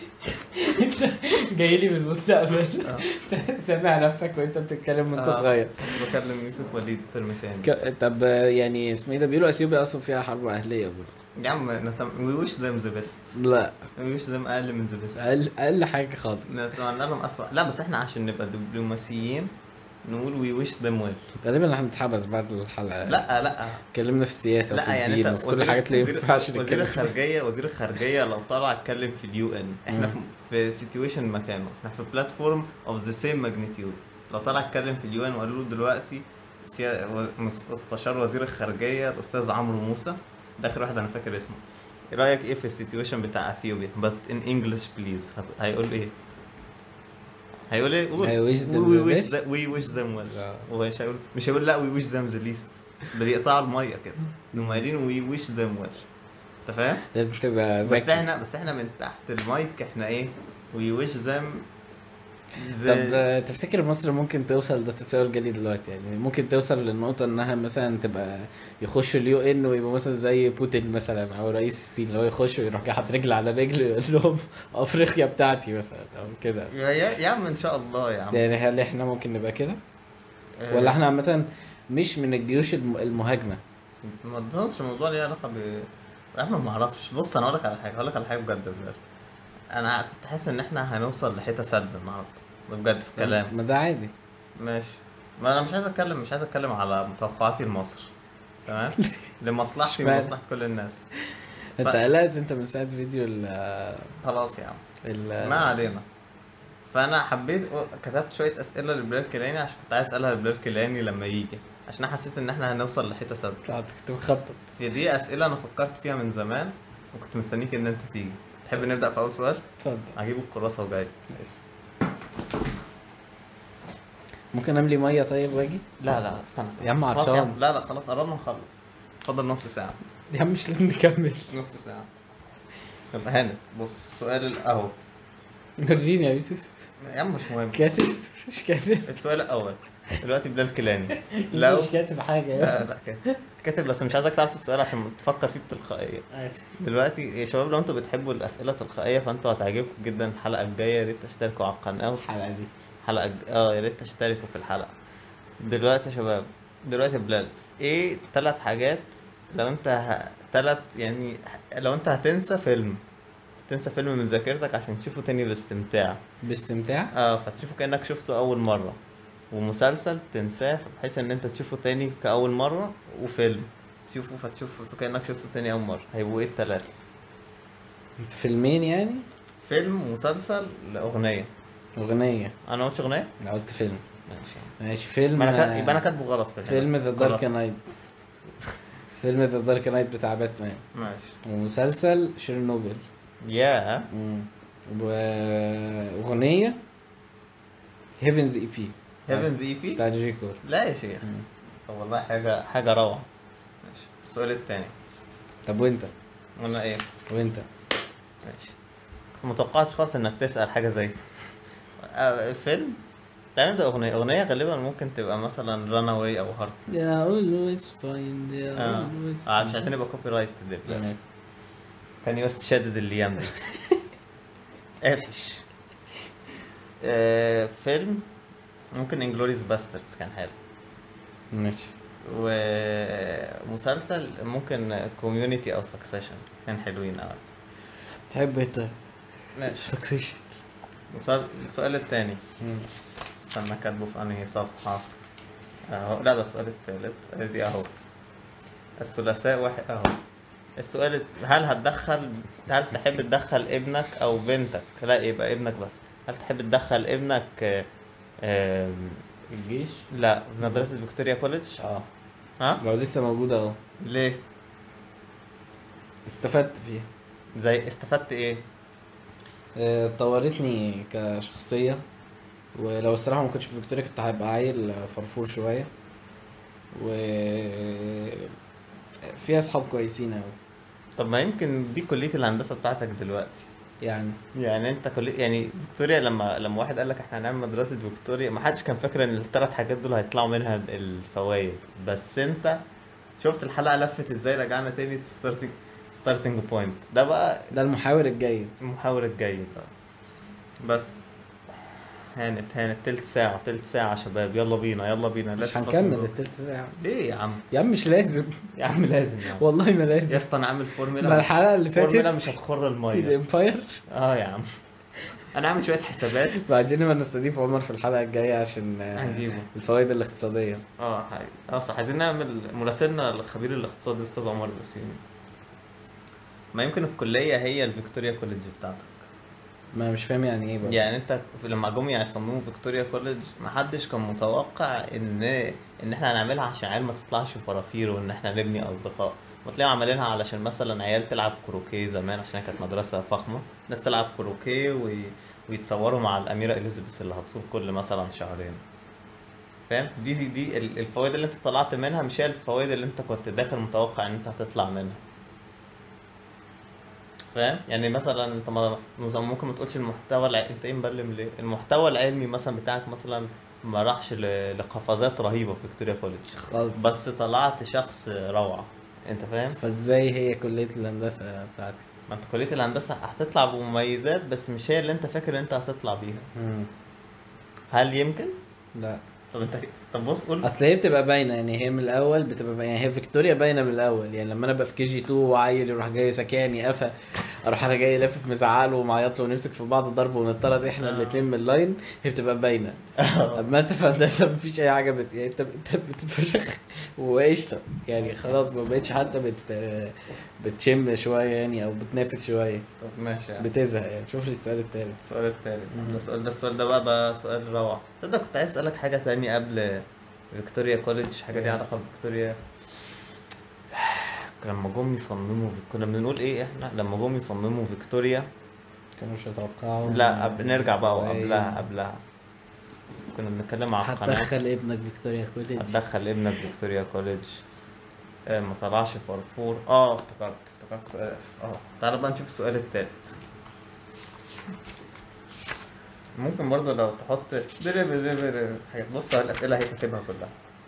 A: جاي لي من المستقبل سامع نفسك وانت بتتكلم وانت
B: آه.
A: صغير.
B: كنت بكلم يوسف وليد ترم تاني.
A: ك... طب آه، يعني اسمه ايه ده بيقولوا اثيوبيا اصلا فيها حرب اهليه برضه.
B: يا عم نتم... we wish them the best.
A: لا
B: we wish them اقل من the best.
A: اقل اقل حاجه خالص.
B: نتمنى لهم اسوأ. لا بس احنا عشان نبقى دبلوماسيين نقول we wish them well.
A: غالبا هنتحبس بعد الحلقه.
B: لا لا
A: اتكلمنا في السياسه
B: لا
A: وفي
B: يعني
A: الدين
B: انت
A: وفي كل الحاجات اللي ما ينفعش
B: وزير
A: نتكلم فيها.
B: الخارجيه وزير الخارجيه لو طلع اتكلم في اليو ان، احنا
A: مم.
B: في في سيتويشن مكانه، احنا في بلاتفورم اوف ذا سيم ماجنتيود. لو طلع اتكلم في اليو ان وقالوا له دلوقتي سيا... و- مس- مستشار وزير الخارجيه الاستاذ عمرو موسى، ده اخر واحد انا فاكر اسمه، ايه رايك ايه في السيتويشن بتاع اثيوبيا but in English please؟ هت... هيقول ايه؟ هيقول ايه؟ قول.
A: I wish them
B: we
A: the
B: wish
A: best.
B: them we wish them well.
A: لا.
B: ومش هيقول مش هيقول لا we wish them the least. ده بيقطع الميه كده. انهم قايلين we wish them well. انت فاهم؟
A: لازم تبقى
B: بس
A: ذكي.
B: احنا بس احنا من تحت المايك احنا ايه؟ we wish them the...
A: طب آه، تفتكر مصر ممكن توصل، ده تساؤل جالي دلوقتي يعني، ممكن توصل للنقطة انها مثلا تبقى يخشوا اليو ان ويبقوا مثلا زي بوتين مثلا او رئيس الصين، اللي هو يخش ويروح جاي حاطط رجل على رجل ويقول لهم افريقيا بتاعتي مثلا او كده.
B: يا يا يا عم ان شاء الله يا عم.
A: يعني هل احنا ممكن نبقى كده
B: آه،
A: ولا احنا عامة مش من الجيوش الم- المهاجمة؟
B: ما اظنش الموضوع ليه علاقه ب يا عم ما اعرفش. بص انا هقول لك على حاجه هقول لك على حاجه بجد بجد. انا كنت حاسس ان احنا هنوصل لحته سد النهارده، ده بجد في الكلام.
A: ما ده عادي.
B: ماشي. ما انا مش عايز اتكلم مش عايز اتكلم على متوقعاتي لمصر، تمام؟ لمصلحتي
A: اشمعنى؟
B: ومصلحه كل الناس.
A: انت
B: ف-
A: قلقت انت من ساعة فيديو ال
B: خلاص يا عم
A: ال
B: ما علينا. فانا حبيت كتبت شويه اسئله لبلال كيلاني عشان كنت عايز اسالها لبلال كيلاني لما يجي، عشان أنا حسيت ان احنا هنوصل لحته سد.
A: طلعت كنت مخطط.
B: في دي اسئله انا فكرت فيها من زمان وكنت مستنيك ان انت تيجي. تحب نبدا في اول سؤال؟
A: اتفضل.
B: هجيب الكراسه وجاي.
A: ماشي. ممكن املي ميه طيب واجي؟
B: لا لا استنى استنى
A: يا عم
B: خلاص
A: عطشان.
B: عم. لا لا خلاص قربنا نخلص. اتفضل نص ساعه.
A: يا عم مش لازم نكمل.
B: نص ساعه. طب هانت بص سؤال ال- اهو.
A: ورجيني يا يوسف.
B: يا عم مش مهم.
A: كاتب مش كاتب.
B: السؤال الاول دلوقتي بلال كيلاني لو
A: مش كاتب حاجه يا
B: لا لا كاتب كاتب بس مش عايزك تعرف السؤال عشان تفكر فيه بتلقائيه.
A: ماشي.
B: دلوقتي يا شباب لو انتوا بتحبوا الاسئله التلقائيه فانتوا هتعجبكم جدا الحلقه الجايه. يا ريت تشتركوا على القناه.
A: الحلقه دي
B: حلقه ج- اه يا ريت تشتركوا في الحلقه. دلوقتي يا شباب دلوقتي يا بلال ايه ثلاث حاجات لو انت ه... ثلاث يعني لو انت هتنسى فيلم تنسى فيلم من ذاكرتك عشان تشوفه تاني باستمتاع.
A: باستمتاع.
B: اه فتشوفه كأنك شفته أول مرة، ومسلسل تنساه بحيث إن أنت تشوفه تاني كأول مرة، وفيلم تشوفه فتشوفه كأنك شفته تاني أول مرة. هيبقوا إيه التلاتة؟
A: فيلمين يعني؟
B: فيلم مسلسل لأغنية.
A: اغنيه.
B: أنا ما قلتش أغنية؟
A: انا قلت فيلم.
B: ماشي.
A: ماشي فيلم.
B: ما أنا كات... يبقى أنا كاتبه غلط في الحلقة.
A: فيلم ذا دارك
B: خلاص.
A: نايت. فيلم ذا دارك نايت بتاع باتمان.
B: ماشي.
A: ومسلسل شيرنوبل.
B: يا
A: امم واغنيه هيفنز اي بي
B: هيفنز اي بي
A: بتاع جيكور.
B: لا يا شيخ. طب والله حاجة حاجة روعة. ماشي. السؤال التاني.
A: طب وانت؟
B: قلنا إيه؟
A: وانت؟
B: ماشي. كنت متوقعتش خالص انك تسأل حاجة زي آه، فيلم. تعالى نبدأ أغنية. أغنية غالبا ممكن تبقى مثلا Runaway أو Heartless.
A: يا always find يا
B: اه
A: always
B: آه، مش عايزين يبقى كوبي رايت دي.
A: تمام.
B: كان يوست شادد الأيام دي. قافش. آه، فيلم ممكن انجلوريز باستردز كان حلو.
A: ماشي.
B: ومسلسل ممكن كوميونيتي أو سكسيشن كان حلوين أوي.
A: تحب انت
B: ماشي.
A: سكسيشن؟
B: مسل- السؤال التاني استنى كاتبه في انهي صفحة اهو. لا ده السؤال التالت ادي اهو. الثلاثاء واحد اهو. السؤال الت- هل هتدخل هل تحب تدخل ابنك او بنتك، لا يبقى ابنك بس، هل تحب تدخل ابنك آه، آم،
A: الجيش.
B: لا مدرسة فيكتوريا كوليدج.
A: اه
B: ها
A: لو لسه موجودة اهو،
B: ليه؟
A: استفدت فيها.
B: زي استفدت ايه؟
A: آه، طورتني كشخصية، ولو الصراحة ما كنتش في فيكتوريا كنت هبقى عيل فرفور شوية، و فيها اصحاب كويسين اوي
B: طب ما يمكن دي كلية الهندسة بتاعتك دلوقتي.
A: يعني.
B: يعني انت كلية يعني فيكتوريا، لما لما واحد قال لك احنا هنعمل مدرسة فيكتوريا، ما حدش كان فاكر ان الثلاث حاجات دول هيطلعوا منها الفوائد. بس انت شفت الحلقة لفت ازاي، رجعنا تاني ستارتنج ستارتنج بوينت. ده بقى
A: ده المحاور الجيد.
B: المحاور الجيد بقى. بس هانت هانت تلت ساعة تلت ساعة يا شباب، يلا بينا يلا بينا.
A: مش
B: let's
A: هنكمل
B: fucking go.
A: التلت ساعة
B: ليه يا عم؟
A: يا عم، مش لازم.
B: يا عم لازم يا عم.
A: والله ما
B: يا
A: لازم.
B: اسطى انا عامل
A: ما
B: فورمولا،
A: الحلقة اللي
B: فورمولا
A: فاتت
B: مش هتخر المية.
A: الامباير.
B: اه يا عم انا عامل شوية حسابات.
A: عايزين نبقى نستضيف عمر في الحلقة الجاية عشان آه،
B: هنجيبه.
A: الفوائد الاقتصادية.
B: اه حقيقي. اه صح، عايزين نعمل مراسلنا الخبير الاقتصادي استاذ عمر البسيوني. ما يمكن الكلية هي الفيكتوريا كوليدج بتاعتك.
A: ما مش فاهم يعني ايه بقى.
B: يعني انت لما جم يصمموا فيكتوريا كوليدج، محدش كان متوقع ان ان احنا هنعملها عشان عيال ما تطلعش فرافير وان احنا نبني اصدقاء. وتلاقيهم عاملينها علشان مثلا عيال تلعب كروكيه زمان، عشان هي كانت مدرسة فخمة، ناس تلعب كروكيه وي... ويتصوروا مع الأميرة إليزابيث اللي هتصوم كل مثلا شهرين. فاهم؟ دي دي, دي ال- الفوائد اللي انت طلعت منها، مش هي الفوائد اللي انت كنت داخل متوقع ان انت هتطلع منها. فاهم؟ يعني مثلا انت ما ممكن ما تقولش المحتوى الع... انت ايه مبلم ليه؟ المحتوى العلمي مثلا بتاعك مثلا ما راحش ل... لقفزات رهيبة في فيكتوريا كوليدج،
A: خالص.
B: بس طلعت شخص روعة. انت فاهم؟
A: فازاي هي كلية الهندسة بتاعتي؟
B: ما انت كلية الهندسة هتطلع بمميزات، بس مش هي اللي انت فاكر ان انت هتطلع بيها.
A: مم.
B: هل يمكن؟
A: لا،
B: طب انت طب بص قول.
A: اصل هي بتبقى باينه، يعني هي من الاول بتبقى باينة. يعني هي فيكتوريا باينه من الاول، يعني لما انا ابقى في كي جي اتنين وعيل يروح جاي سكاني قفا، اروح انا جاي لافف مزعله ومعيط له ونمسك في بعض ضرب ونطرد احنا
B: آه.
A: الاثنين من اللاين، هي بتبقى باينه. اما انت في هندسه مفيش اي حاجه بت... يعني انت انت بتتفشخ وقشطه، يعني خلاص ما بقتش حتى بت بتشم شويه يعني او بتنافس شويه،
B: طب ماشي يعني.
A: بتزهق. يعني شوف لي السؤال الثالث.
B: السؤال التالت
A: مم.
B: ده السؤال ده السؤال ده بقى ده سؤال روعة. تصدق كنت عايز اسألك حاجة تانية قبل فيكتوريا كوليدج، حاجة ليها علاقة بفيكتوريا. لما جم يصمموا في... كنا بنقول ايه احنا لما جم يصمموا فيكتوريا؟
A: كانوا مش يتوقعوا.
B: لا قبل... نرجع بقى وقبلها قبلها كنا بنتكلم على القناة.
A: هتدخل ابنك فيكتوريا كوليدج.
B: هتدخل ابنك فيكتوريا كوليدج. آه ما طلعش فرفور. اه افتكرت افتكرت سؤال اسف. اه تعالى بقى نشوف السؤال التالت. ممكن برضه لو تحط درب درب حاجات. بص على الأسئلة هي كاتبها كلها.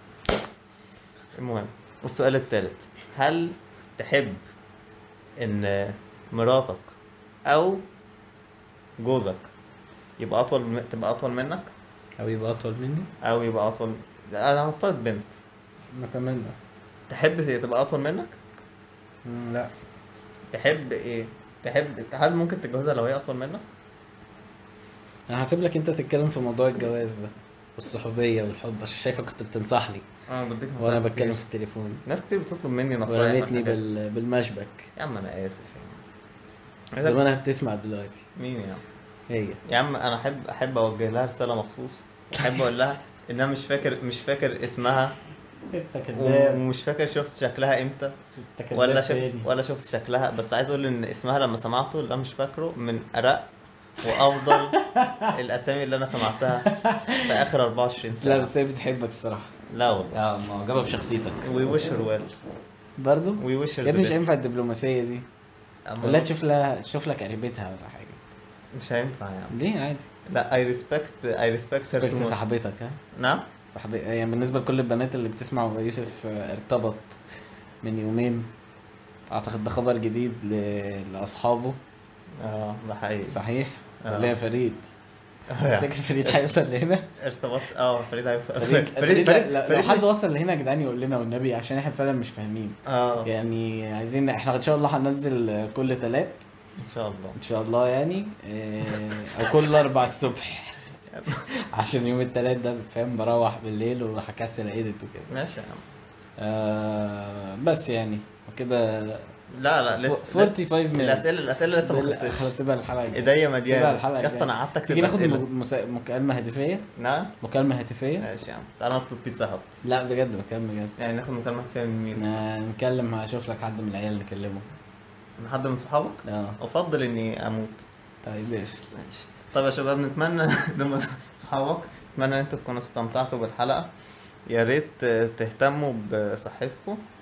B: المهم السؤال التالت، هل تحب ان مراتك او جوزك يبقى اطول م... تبقى اطول منك،
A: او يبقى اطول مني.
B: او يبقى اطول؟ انا هفترض بنت.
A: نتمنى.
B: تحب تبقى اطول منك؟
A: مم، لا.
B: تحب ايه؟ تحب هل ممكن تتجوزها لو هي اطول منك؟
A: انا هسيب لك انت تتكلم في موضوع الجواز ده والصحوبيه والحب، عشان شايفك كنت بتنصح لي
B: اه بديك نصايح
A: وانا
B: كتير.
A: بتكلم في التليفون
B: ناس كتير بتطلب مني نصايح
A: ورميتني
B: والحاجات.
A: بال... بالمشبك.
B: يا عم انا اسف يعني.
A: زمانها بتسمع دلوقتي.
B: مين يا عم؟
A: هي
B: يا عم انا احب احب اوجه لها رساله مخصوص، احب اقول لها ان انا مش فاكر مش فاكر اسمها،
A: انت
B: ومش فاكر شفت شكلها امتى ولا شفت ولا شفت شكلها. بس عايز اقول ان اسمها لما سمعته اللي انا مش فاكره من ارق وافضل الاسامي اللي انا سمعتها في اخر أربعة وعشرين ساعه.
A: لا بس هي بتحبك الصراحه.
B: لا والله.
A: اه معجبه بشخصيتك
B: وي ويش هير ويل.
A: برضو.
B: وي ويش
A: يا ابني مش هينفع الدبلوماسيه دي، ولا تشوف لها تشوف لك قريبتها ولا حاجه.
B: مش هينفع يا عم.
A: ليه؟ عادي.
B: لا اي ريسبكت اي ريسبكت
A: سبكت صاحبتك. ها
B: نعم
A: صاحبي يعني بالنسبه لكل البنات اللي بتسمع يوسف آه، ارتبط من يومين، اعتقد ده خبر جديد ل... لاصحابه.
B: اه ده حقيقي.
A: صحيح
B: آه.
A: ولا يا فريد؟
B: آه.
A: تفتكر فريد هيوصل لهنا؟
B: ارتبطت اه فريد هيوصل.
A: فريد, فريد, فريد لا- لو حد وصل لهنا يا جدعان يقول لنا والنبي، عشان احنا فعلا مش فاهمين.
B: اه
A: يعني عايزين احنا ان شاء الله هننزل كل تلات
B: ان شاء الله.
A: ان شاء الله يعني آه، او كل اربع الصبح عشان يوم التلات ده فاهم بروح بالليل وهكسل ايديت وكده.
B: ماشي يا عم.
A: آه بس يعني وكده
B: لا لا
A: ف-
B: لسه
A: خمسة وأربعين minutes.
B: الاسئله الاسئله لسه ما
A: لا،
B: خلصتش.
A: خلاص سيبها الحلقه الجايه.
B: ايديا
A: سيبها
B: مليانه
A: الحلقه
B: يا اسطى، انا
A: الجاية.
B: قعدت اكتب
A: تيجي ناخد
B: اسئله.
A: م- مسا- مكالمه هاتفيه.
B: نعم
A: مكالمه هاتفيه.
B: ماشي يا عم، تعالى نطلب بيتزا هات.
A: لا بجد بكلم بجد.
B: يعني ناخد مكالمه هاتفيه من مين؟
A: ن- نكلم، هشوف لك حد من العيال نكلمه.
B: من حد من صحابك؟
A: اه
B: افضل اني اموت.
A: طيب ماشي.
B: ماشي. طيب يا شباب، نتمنى لما صحابك، نتمنى ان انتوا تكونوا استمتعتوا بالحلقه. يا ريت تهتموا بصحتكم